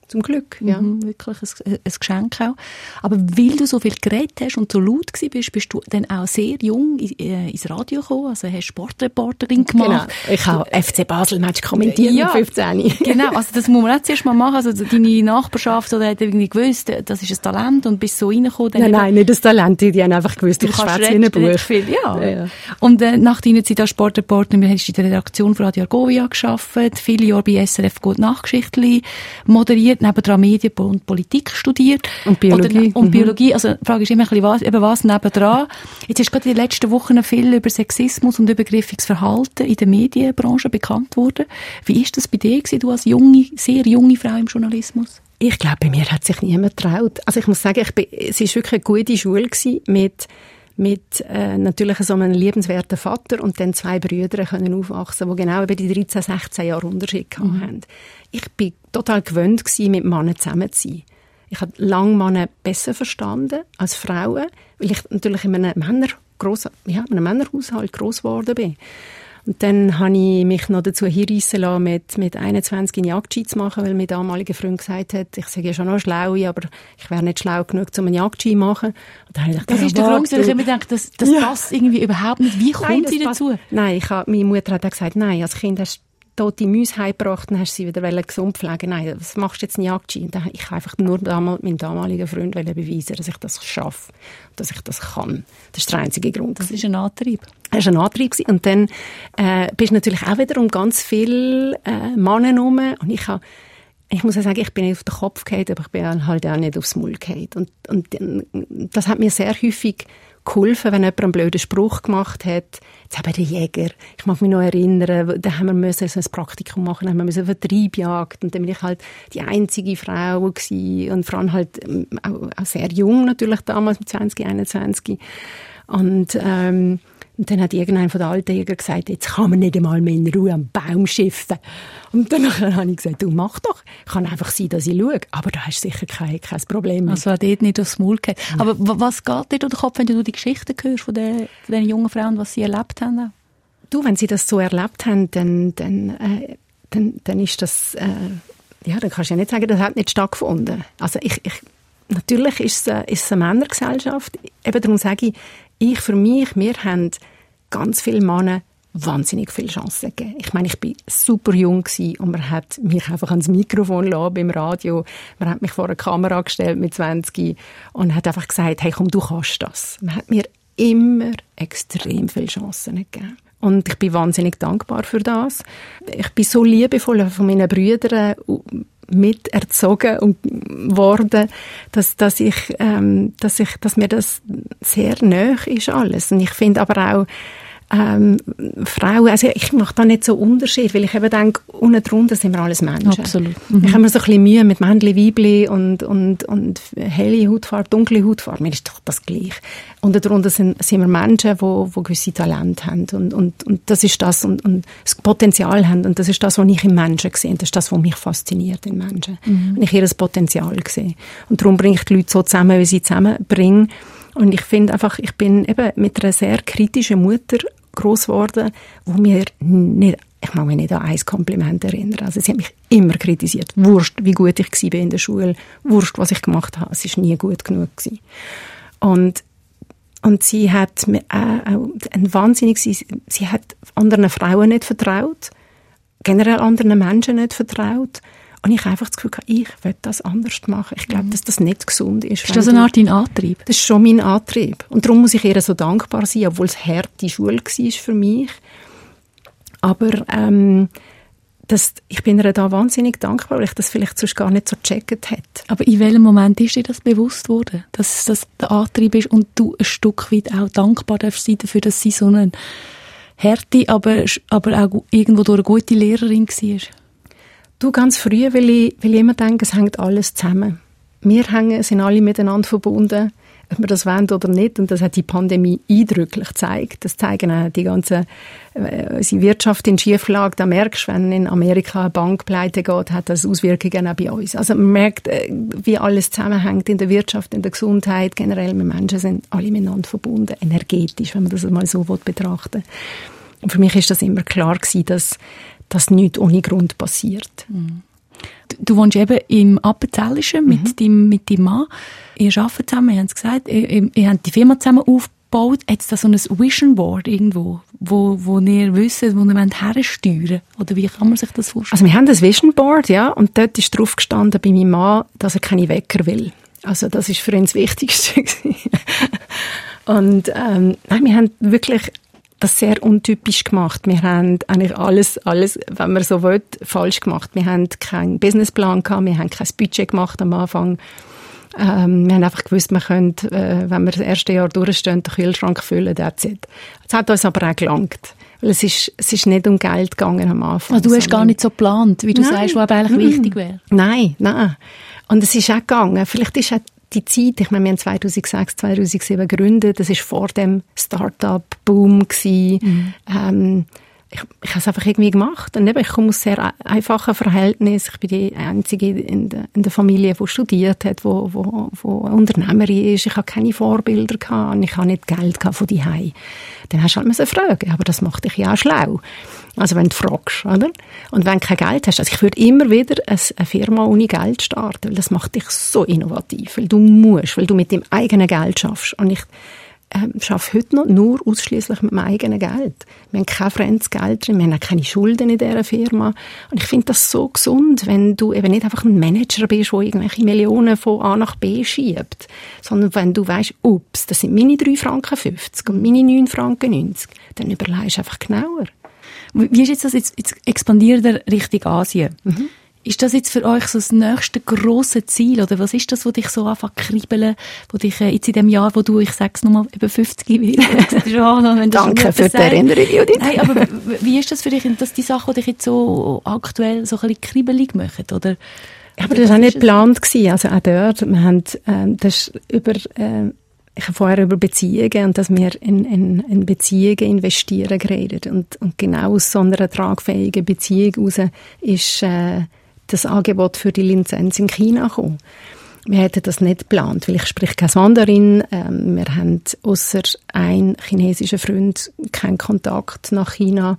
Zum Glück, ja. Mhm, wirklich ein, ein Geschenk auch. Aber weil du so viel geredet hast und so laut gewesen bist, bist du dann auch sehr jung ins Radio gekommen, also hast Sportreporterin gemacht. Genau. Ich habe F C Basel-Match kommentiert ja, mit fünfzehn. Genau, also das muss man auch zuerst mal machen. Also deine Nachbarschaft oder hat irgendwie gewusst, das ist ein Talent und bist so reingekommen. Nein, nein, nicht das Talent, die haben einfach gewusst, ich schwätze wie ein Buch. Viel, ja. Ja, ja. Und äh, nach deiner Zeit als Sportreporterin hast du in der Redaktion von Radio Argovia gearbeitet, viele Jahre bei S R F Gut Nachgeschichtli moderiert, nebendran Medien und Politik studiert. Und Biologie. Oder, und mhm. Biologie. Also, die Frage ist immer ein bisschen, was, eben was nebendran. Jetzt hast du gerade in den letzten Wochen viel über Sexismus und übergriffiges Verhalten in der Medienbranche bekannt worden. Wie ist das bei dir gewesen, du als junge, sehr junge Frau im Journalismus? Ich glaube, bei mir hat sich niemand getraut. Also ich muss sagen, ich bin, es war wirklich eine gute Schule gewesen, mit mit äh, natürlich so einem liebenswerten Vater und dann zwei Brüdern können aufwachsen, die genau über die dreizehn, sechzehn Jahre Unterschied mhm. hatten. Ich bin total gewöhnt gewesen, mit Männern zusammen zu sein. Ich habe lange Männer besser verstanden als Frauen, weil ich natürlich in einem, Männer, gross, ja, in einem Männerhaushalt gross geworden bin. Und dann habe ich mich noch dazu hinreissen lassen, mit, mit einundzwanzig einen Jagdschein zu machen, weil mein damaliger Freund gesagt hat, ich sage ja schon noch schlau, aber ich wäre nicht schlau genug, um einen Jagdschein zu machen. Und dann habe ich gedacht, das ist der Grund, weil ich immer denke, das, das ja. passt irgendwie überhaupt nicht. Wie kommt nein, sie dazu? Passt. Nein, ich habe, meine Mutter hat auch gesagt, nein, als Kind hast tote Mäuse heimgebracht und hast sie wieder gesund pflegen. Nein, was machst du jetzt einen Jagdschein? Ich habe einfach nur damals meinem damaligen Freund beweisen, dass ich das schaffe, dass ich das kann. Das ist der einzige Grund. Das ist ein Antrieb. Das war ein Antrieb. Und dann äh, bist du natürlich auch wieder um ganz viele äh, Männer herum. Und ich habe Ich muss ja sagen, ich bin nicht auf den Kopf gefallen, aber ich bin halt auch nicht aufs Maul gefallen. Und, und das hat mir sehr häufig geholfen, wenn jemand einen blöden Spruch gemacht hat. Jetzt haben wir den Jäger. Ich mag mich noch erinnern, da haben wir müssen so ein Praktikum machen, haben wir müssen eine Vertreibjagd. Und dann bin ich halt die einzige Frau gewesen. Und vor allem halt auch, auch sehr jung natürlich damals, mit zwanzig, einundzwanzig. Und, ähm, Und dann hat irgendein von den alten Jägern gesagt, jetzt kann man nicht einmal mehr in Ruhe am Baum schiffen. Und dann habe ich gesagt, du mach doch. Kann einfach sein, dass ich schaue. Aber da hast du sicher kein, kein Problem. Also hat dort nicht aufs Maul gehen. Ja. Aber was geht dir durch den Kopf, wenn du die Geschichten hörst von den, von den jungen Frauen, was sie erlebt haben? Du, wenn sie das so erlebt haben, dann, dann, äh, dann, dann ist das, äh, ja, dann kannst du ja nicht sagen, das hat nicht stattgefunden. Also ich, ich, natürlich ist es, äh, ist es eine Männergesellschaft. Eben darum sage ich, ich für mich, wir haben ganz viele Männer wahnsinnig viele Chancen gegeben. Ich meine, ich war super jung gewesen und man hat mich einfach ans Mikrofon gelassen beim Radio. Man hat mich vor eine Kamera gestellt mit zwanzig und hat einfach gesagt, hey, komm, du kannst das. Man hat mir immer extrem viele Chancen gegeben. Und ich bin wahnsinnig dankbar für das. Ich bin so liebevoll von meinen Brüdern miterzogen und worden, dass, dass ich, ähm, dass ich, dass mir das sehr nahe ist alles. Und ich finde aber auch, ähm, Frauen, also ich mache da nicht so Unterschied, weil ich eben denke, unten drunter sind wir alles Menschen. Absolut. Mhm. Ich habe mir so ein bisschen Mühe mit Männchen, Weibli und, und, und helle Hautfarbe, dunkle Hautfarbe. Mir ist doch das gleich. Unten drunter sind, sind wir Menschen, die, die gewisse Talente haben. Und, und, und das ist das, und, und das Potenzial haben. Und das ist das, was ich im Menschen sehe. Und das ist das, was mich fasziniert in Menschen. Mhm. Wenn ich ihr das Potenzial sehe. Und darum bringe ich die Leute so zusammen, wie sie zusammenbringe. Und ich finde einfach, ich bin eben mit einer sehr kritischen Mutter gross geworden, wo mir nicht, ich mag mich nicht an ein Kompliment erinnern. Also sie hat mich immer kritisiert. Wurscht, wie gut ich war in der Schule. Wurscht, was ich gemacht habe. Es war nie gut genug gewesen. Und, und sie hat mir auch, auch ein wahnsinnig, sie, sie hat anderen Frauen nicht vertraut. Generell anderen Menschen nicht vertraut. Und ich habe einfach das Gefühl, ich will das anders machen. Ich glaube, dass das nicht gesund ist. Ist das eine Art dein Antrieb? Das ist schon mein Antrieb. Und darum muss ich ihr so dankbar sein, obwohl es harte Schule war für mich. Aber ähm, das, ich bin ihr da wahnsinnig dankbar, weil ich das vielleicht sonst gar nicht so gecheckt hätte. Aber in welchem Moment ist dir das bewusst worden, dass das der Antrieb ist und du ein Stück weit auch dankbar darfst sein dafür, dass sie so eine harte, aber, aber auch irgendwo durch eine gute Lehrerin war? Du, ganz früh, weil ich, weil ich immer denke, es hängt alles zusammen. Wir hängen, sind alle miteinander verbunden, ob wir das wollen oder nicht. Und das hat die Pandemie eindrücklich gezeigt. Das zeigen auch die ganze äh, die Wirtschaft in Schieflage. Da merkst du, wenn in Amerika eine Bank pleite geht, hat das Auswirkungen auch bei uns. Also man merkt, äh, wie alles zusammenhängt in der Wirtschaft, in der Gesundheit. Generell, wir Menschen sind alle miteinander verbunden, energetisch, wenn man das mal so betrachten will. Und für mich ist das immer klar gewesen, dass das nichts ohne Grund passiert. Mhm. Du, du wohnst eben im Appenzellischen mhm. mit, deinem, mit deinem Mann. Ihr arbeitet zusammen, ihr habt es gesagt, ihr, ihr, ihr habt die Firma zusammen aufgebaut. Hat es da so ein Vision Board irgendwo, wo, wo ihr wisst, wo ihr hersteuern wollt? Oder wie kann man sich das vorstellen? Also wir haben ein Vision Board, ja, und dort ist drauf gestanden bei meinem Mann, dass er keine Wecker will. Also das ist für uns das Wichtigste. Und ähm, nein, wir haben wirklich das sehr untypisch gemacht. Wir haben eigentlich alles, alles, wenn man so will, falsch gemacht. Wir haben keinen Businessplan gehabt, wir haben kein Budget gemacht am Anfang. Ähm, wir haben einfach gewusst, wir können, äh, wenn wir das erste Jahr durchstehen, den Kühlschrank füllen, that's it. Es hat uns aber auch gelangt. Weil es ist, es ist nicht um Geld gegangen am Anfang. Also du hast gar nicht so geplant, wie du nein. sagst, was aber eigentlich mm. wichtig wäre. Nein, nein. Und es ist auch gegangen. Vielleicht ist auch die Zeit, ich meine, wir haben zweitausendsechs, zweitausendsieben gegründet, das war vor dem Start-up-Boom gewesen. Mhm. Ähm, ich, ich habe es einfach irgendwie gemacht. Und eben, ich komme aus sehr einfachen Verhältnissen. Ich bin die Einzige in der, in der Familie, die studiert hat, die wo, wo, wo Unternehmerin ist. Ich hatte keine Vorbilder gehabt und ich hatte nicht Geld von zu Hause. Dann hast du halt müssen fragen. Aber das macht dich ja auch schlau. Also wenn du fragst, oder? Und wenn du kein Geld hast, also ich würde immer wieder eine Firma ohne Geld starten, weil das macht dich so innovativ, weil du musst, weil du mit dem eigenen Geld schaffst. Und ich ähm, arbeite heute noch nur ausschließlich mit meinem eigenen Geld. Wir haben kein fremdes Geld drin, wir haben auch keine Schulden in dieser Firma. Und ich finde das so gesund, wenn du eben nicht einfach ein Manager bist, der irgendwelche Millionen von A nach B schiebt, sondern wenn du weisst, ups, das sind meine drei Franken fünfzig und meine neun Franken neunzig, dann überlegst du einfach genauer. Wie ist jetzt das? Jetzt, jetzt expandiert ihr Richtung Asien. Mhm. Ist das jetzt für euch so das nächste grosse Ziel? Oder was ist das, was dich so anfängt zu kribbeln, wo dich äh, jetzt in dem Jahr, wo du, ich sag's nochmal, über fünfzig wirst? Danke für die Erinnerung, Judith. Nein, aber wie ist das für dich, dass die Sachen, die dich jetzt so aktuell so ein bisschen kribbelig machen? Oder, ja, aber das war auch nicht geplant gewesen. Also auch dort, wir haben, ähm, das über, äh, ich habe vorher über Beziehungen und dass wir in, in, in Beziehungen investieren geredet. Und, und genau aus so einer tragfähigen Beziehung heraus ist äh, das Angebot für die Lizenz in China gekommen. Wir hätten das nicht geplant, weil ich spreche kein Mandarin. Ähm, wir haben ausser ein chinesischer Freund keinen Kontakt nach China.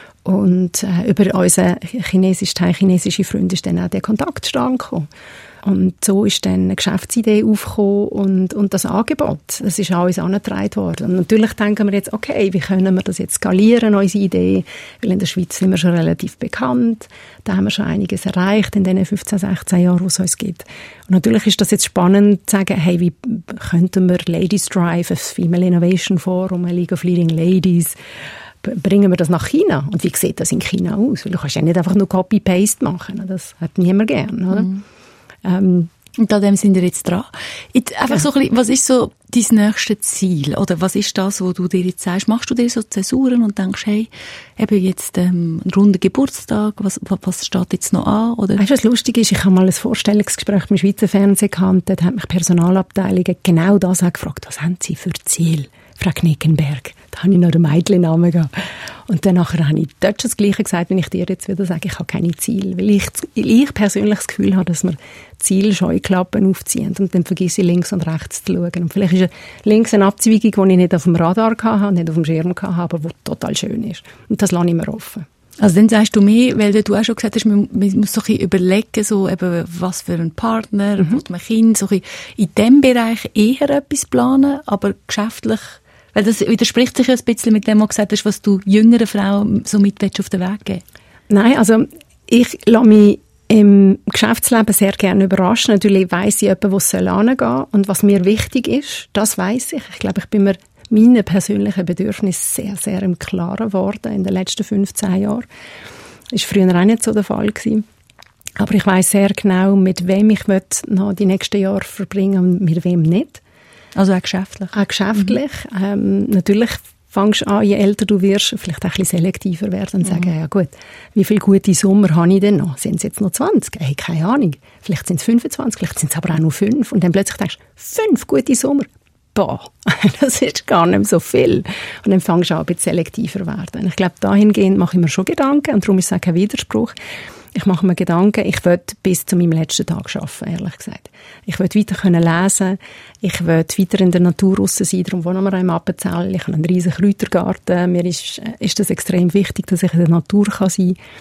Und äh, über unseren chinesischen, thai-chinesischen Freund ist dann auch der Kontakt zustande gekommen. Und so ist dann eine Geschäftsidee aufgekommen und, und das Angebot. Das ist an uns angetragen worden. Und natürlich denken wir jetzt, okay, wie können wir das jetzt skalieren, unsere Idee? Weil in der Schweiz sind wir schon relativ bekannt. Da haben wir schon einiges erreicht in den fünfzehn, sechzehn Jahren, wo es uns gibt. Und natürlich ist das jetzt spannend zu sagen, hey, wie könnten wir Ladies Drive, ein Female Innovation Forum, eine League of Leading Ladies, bringen wir das nach China? Und wie sieht das in China aus? Weil du kannst ja nicht einfach nur Copy-Paste machen. Das hat niemand gern, oder? Mhm. Ähm, und an dem sind wir jetzt dran. Jetzt einfach ja. so ein bisschen, was ist so dein nächstes Ziel? Oder was ist das, wo du dir jetzt sagst? Machst du dir so Zäsuren und denkst, hey, eben jetzt ähm, ein runder Geburtstag, was, was steht jetzt noch an? Oder? Weißt du, was lustig ist? Ich habe mal ein Vorstellungsgespräch beim Schweizer Fernsehen gehabt. Dort hat mich Personalabteilungen genau das auch gefragt. Was haben Sie für Ziel, Frau Knickenberg? Da habe ich noch den Mädchennamen gehabt. Und dann nachher habe ich dort schon das Gleiche gesagt, wenn ich dir jetzt wieder sage, ich habe keine Ziele. Weil ich, ich persönlich das Gefühl habe, dass wir Zielscheuklappen aufziehen und dann vergesse ich links und rechts zu schauen. Und vielleicht ist links eine Abzweigung, die ich nicht auf dem Radar hatte, nicht auf dem Schirm hatte, aber die total schön ist. Und das lasse ich mir offen. Also dann sagst du mehr, weil du auch schon gesagt hast, man, man muss so ein bisschen überlegen, so eben, was für ein Partner, mhm. wo man Kind, so ein bisschen in diesem Bereich eher etwas planen, aber geschäftlich. Weil das widerspricht sich ja ein bisschen mit dem, was du gesagt hast, was du jüngeren Frauen so mit auf den Weg geben. Nein, also ich lasse mich im Geschäftsleben sehr gerne überraschen. Natürlich weiss ich etwa, wo es hingehen soll. Und was mir wichtig ist, das weiss ich. Ich glaube, ich bin mir meine persönlichen Bedürfnisse sehr, sehr im Klaren geworden in den letzten fünfzehn Jahren. Das war früher auch nicht so der Fall gewesen. Aber ich weiss sehr genau, mit wem ich noch die nächsten Jahre verbringen und mit wem nicht. Also auch geschäftlich? Auch geschäftlich. Mhm. Ähm, natürlich fängst du an, je älter du wirst, vielleicht auch ein bisschen selektiver werden und mhm. sagen, ja gut, wie viele gute Sommer habe ich denn noch? Sind es jetzt noch zwanzig? Hey, keine Ahnung. Vielleicht sind es fünfundzwanzig, vielleicht sind es aber auch nur fünf. Und dann plötzlich denkst du, fünf gute Sommer? Boah, das ist gar nicht so viel. Und dann fängst du an, ein bisschen selektiver werden. Ich glaube, dahingehend mache ich mir schon Gedanken und darum ist es auch kein Widerspruch. Ich mache mir Gedanken, ich will bis zu meinem letzten Tag arbeiten, ehrlich gesagt. Ich will weiter können lesen, ich will weiter in der Natur raus sein, darum wohnen wir auch im Appenzell. Ich habe einen riesen Kräutergarten, mir ist, ist das extrem wichtig, dass ich in der Natur kann sein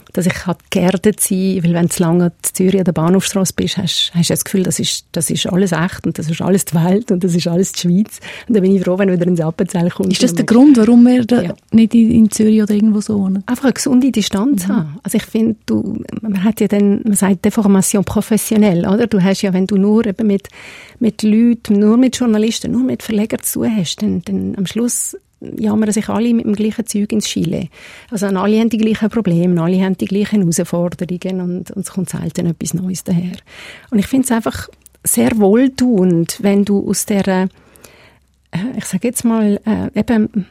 dass ich geerdet sein kann, weil wenn du lange in Zürich an der Bahnhofstrasse bist, hast, hast du das Gefühl, das ist, das ist alles echt und das ist alles die Welt und das ist alles die Schweiz. Und dann bin ich froh, wenn du wieder ins Appenzell kommst. Ist das der Grund, warum wir da ja. nicht in, in Zürich oder irgendwo so wohnen? Einfach eine gesunde Distanz mhm. haben. Also ich finde, du, man hat ja dann, man sagt Deformation professionell, oder? Du hast ja, wenn du nur eben mit, mit Leuten, nur mit Journalisten, nur mit Verlegern zu tun hast, dann, dann am Schluss jammern sich alle mit dem gleichen Zeug ins Chile. Also alle haben die gleichen Probleme, alle haben die gleichen Herausforderungen und, und es kommt selten etwas Neues daher. Und ich finde es einfach sehr wohltuend, wenn du aus der, ich sage jetzt mal, äh, eben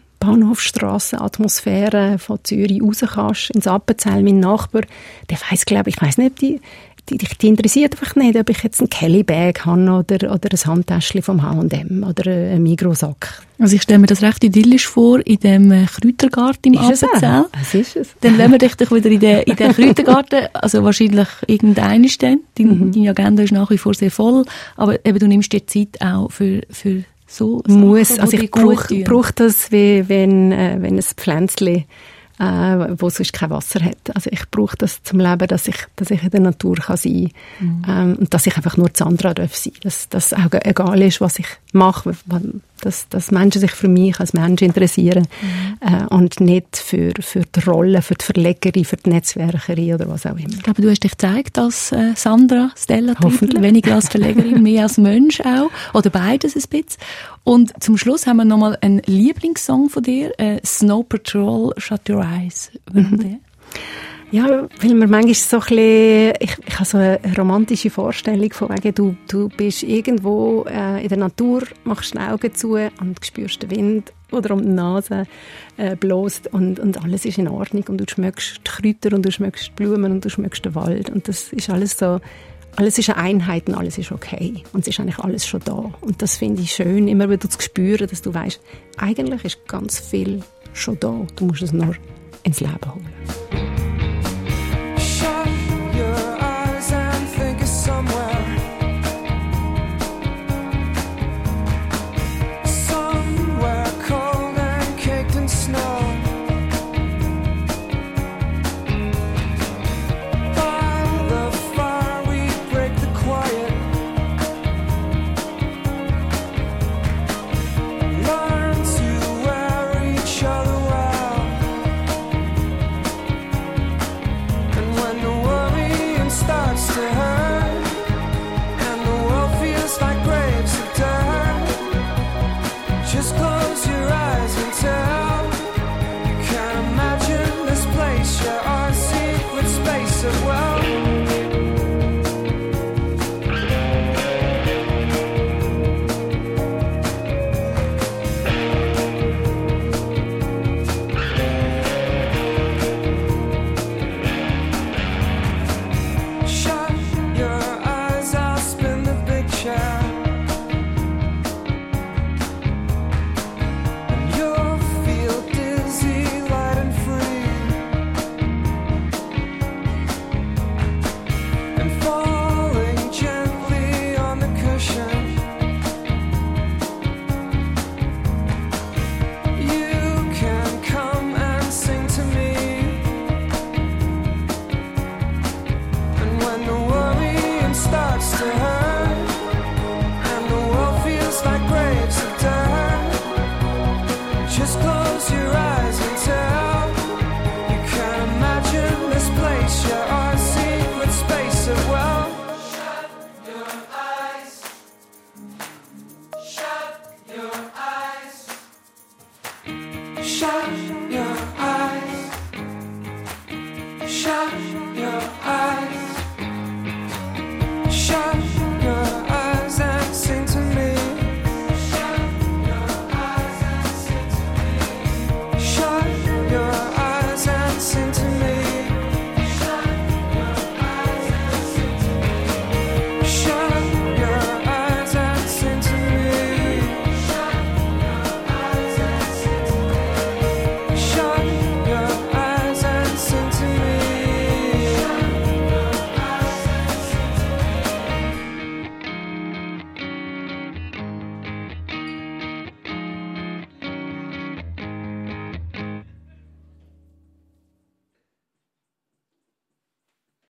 Bahnhofstrasse-Atmosphäre von Zürich raus kannst, ins Appenzell. Mein Nachbar, der weiss, glaube ich, ich weiss nicht, die Die, die interessiert einfach nicht, ob ich jetzt einen Kelly-Bag habe oder, oder ein Handtäschchen vom H und M oder einen Migros-Sack. Also ich stelle mir das recht idyllisch vor, in dem Kräutergarten im Appenzell. Was ist es? Dann lassen wir dich doch wieder in den, in den Kräutergarten, also wahrscheinlich irgendeines dann. Deine, mhm. deine Agenda ist nach wie vor sehr voll, aber eben, du nimmst dir Zeit auch für, für so Muss, Sachen, also ich brauche brauch das, wie wenn, äh, wenn ein Pflänzchen Äh, wo sonst kein Wasser hat. Also ich brauche das zum Leben, dass ich, dass ich in der Natur kann sein kann. Mhm. Ähm, und dass ich einfach nur Sandra darf sein. Dass das auch egal ist, was ich mache. Dass, dass Menschen sich für mich als Mensch interessieren. Mhm. Äh, und nicht für, für die Rolle, für die Verlegerin, für die Netzwerkerin oder was auch immer. Ich glaube, du hast dich gezeigt als äh, Sandra Stella Triebel. Weniger als Verlegerin, mehr als Mensch auch. Oder beides ein bisschen. Und zum Schluss haben wir nochmal einen Lieblingssong von dir, äh, Snow Patrol, Shut Your Eyes. Warum mhm. der? Ja, weil man manchmal so ein bisschen, ich, ich habe so eine romantische Vorstellung von wegen, du, du bist irgendwo äh, in der Natur, machst die Augen zu und spürst den Wind oder um die Nase äh, bläst und, und alles ist in Ordnung und du schmeckst die Kräuter und du schmeckst die Blumen und du schmeckst den Wald und das ist alles so, alles ist eine Einheit und alles ist okay. Und es ist eigentlich alles schon da. Und das finde ich schön, immer wieder zu spüren, dass du weißt, eigentlich ist ganz viel schon da. Du musst es nur ins Leben holen. Shut your eyes. Shut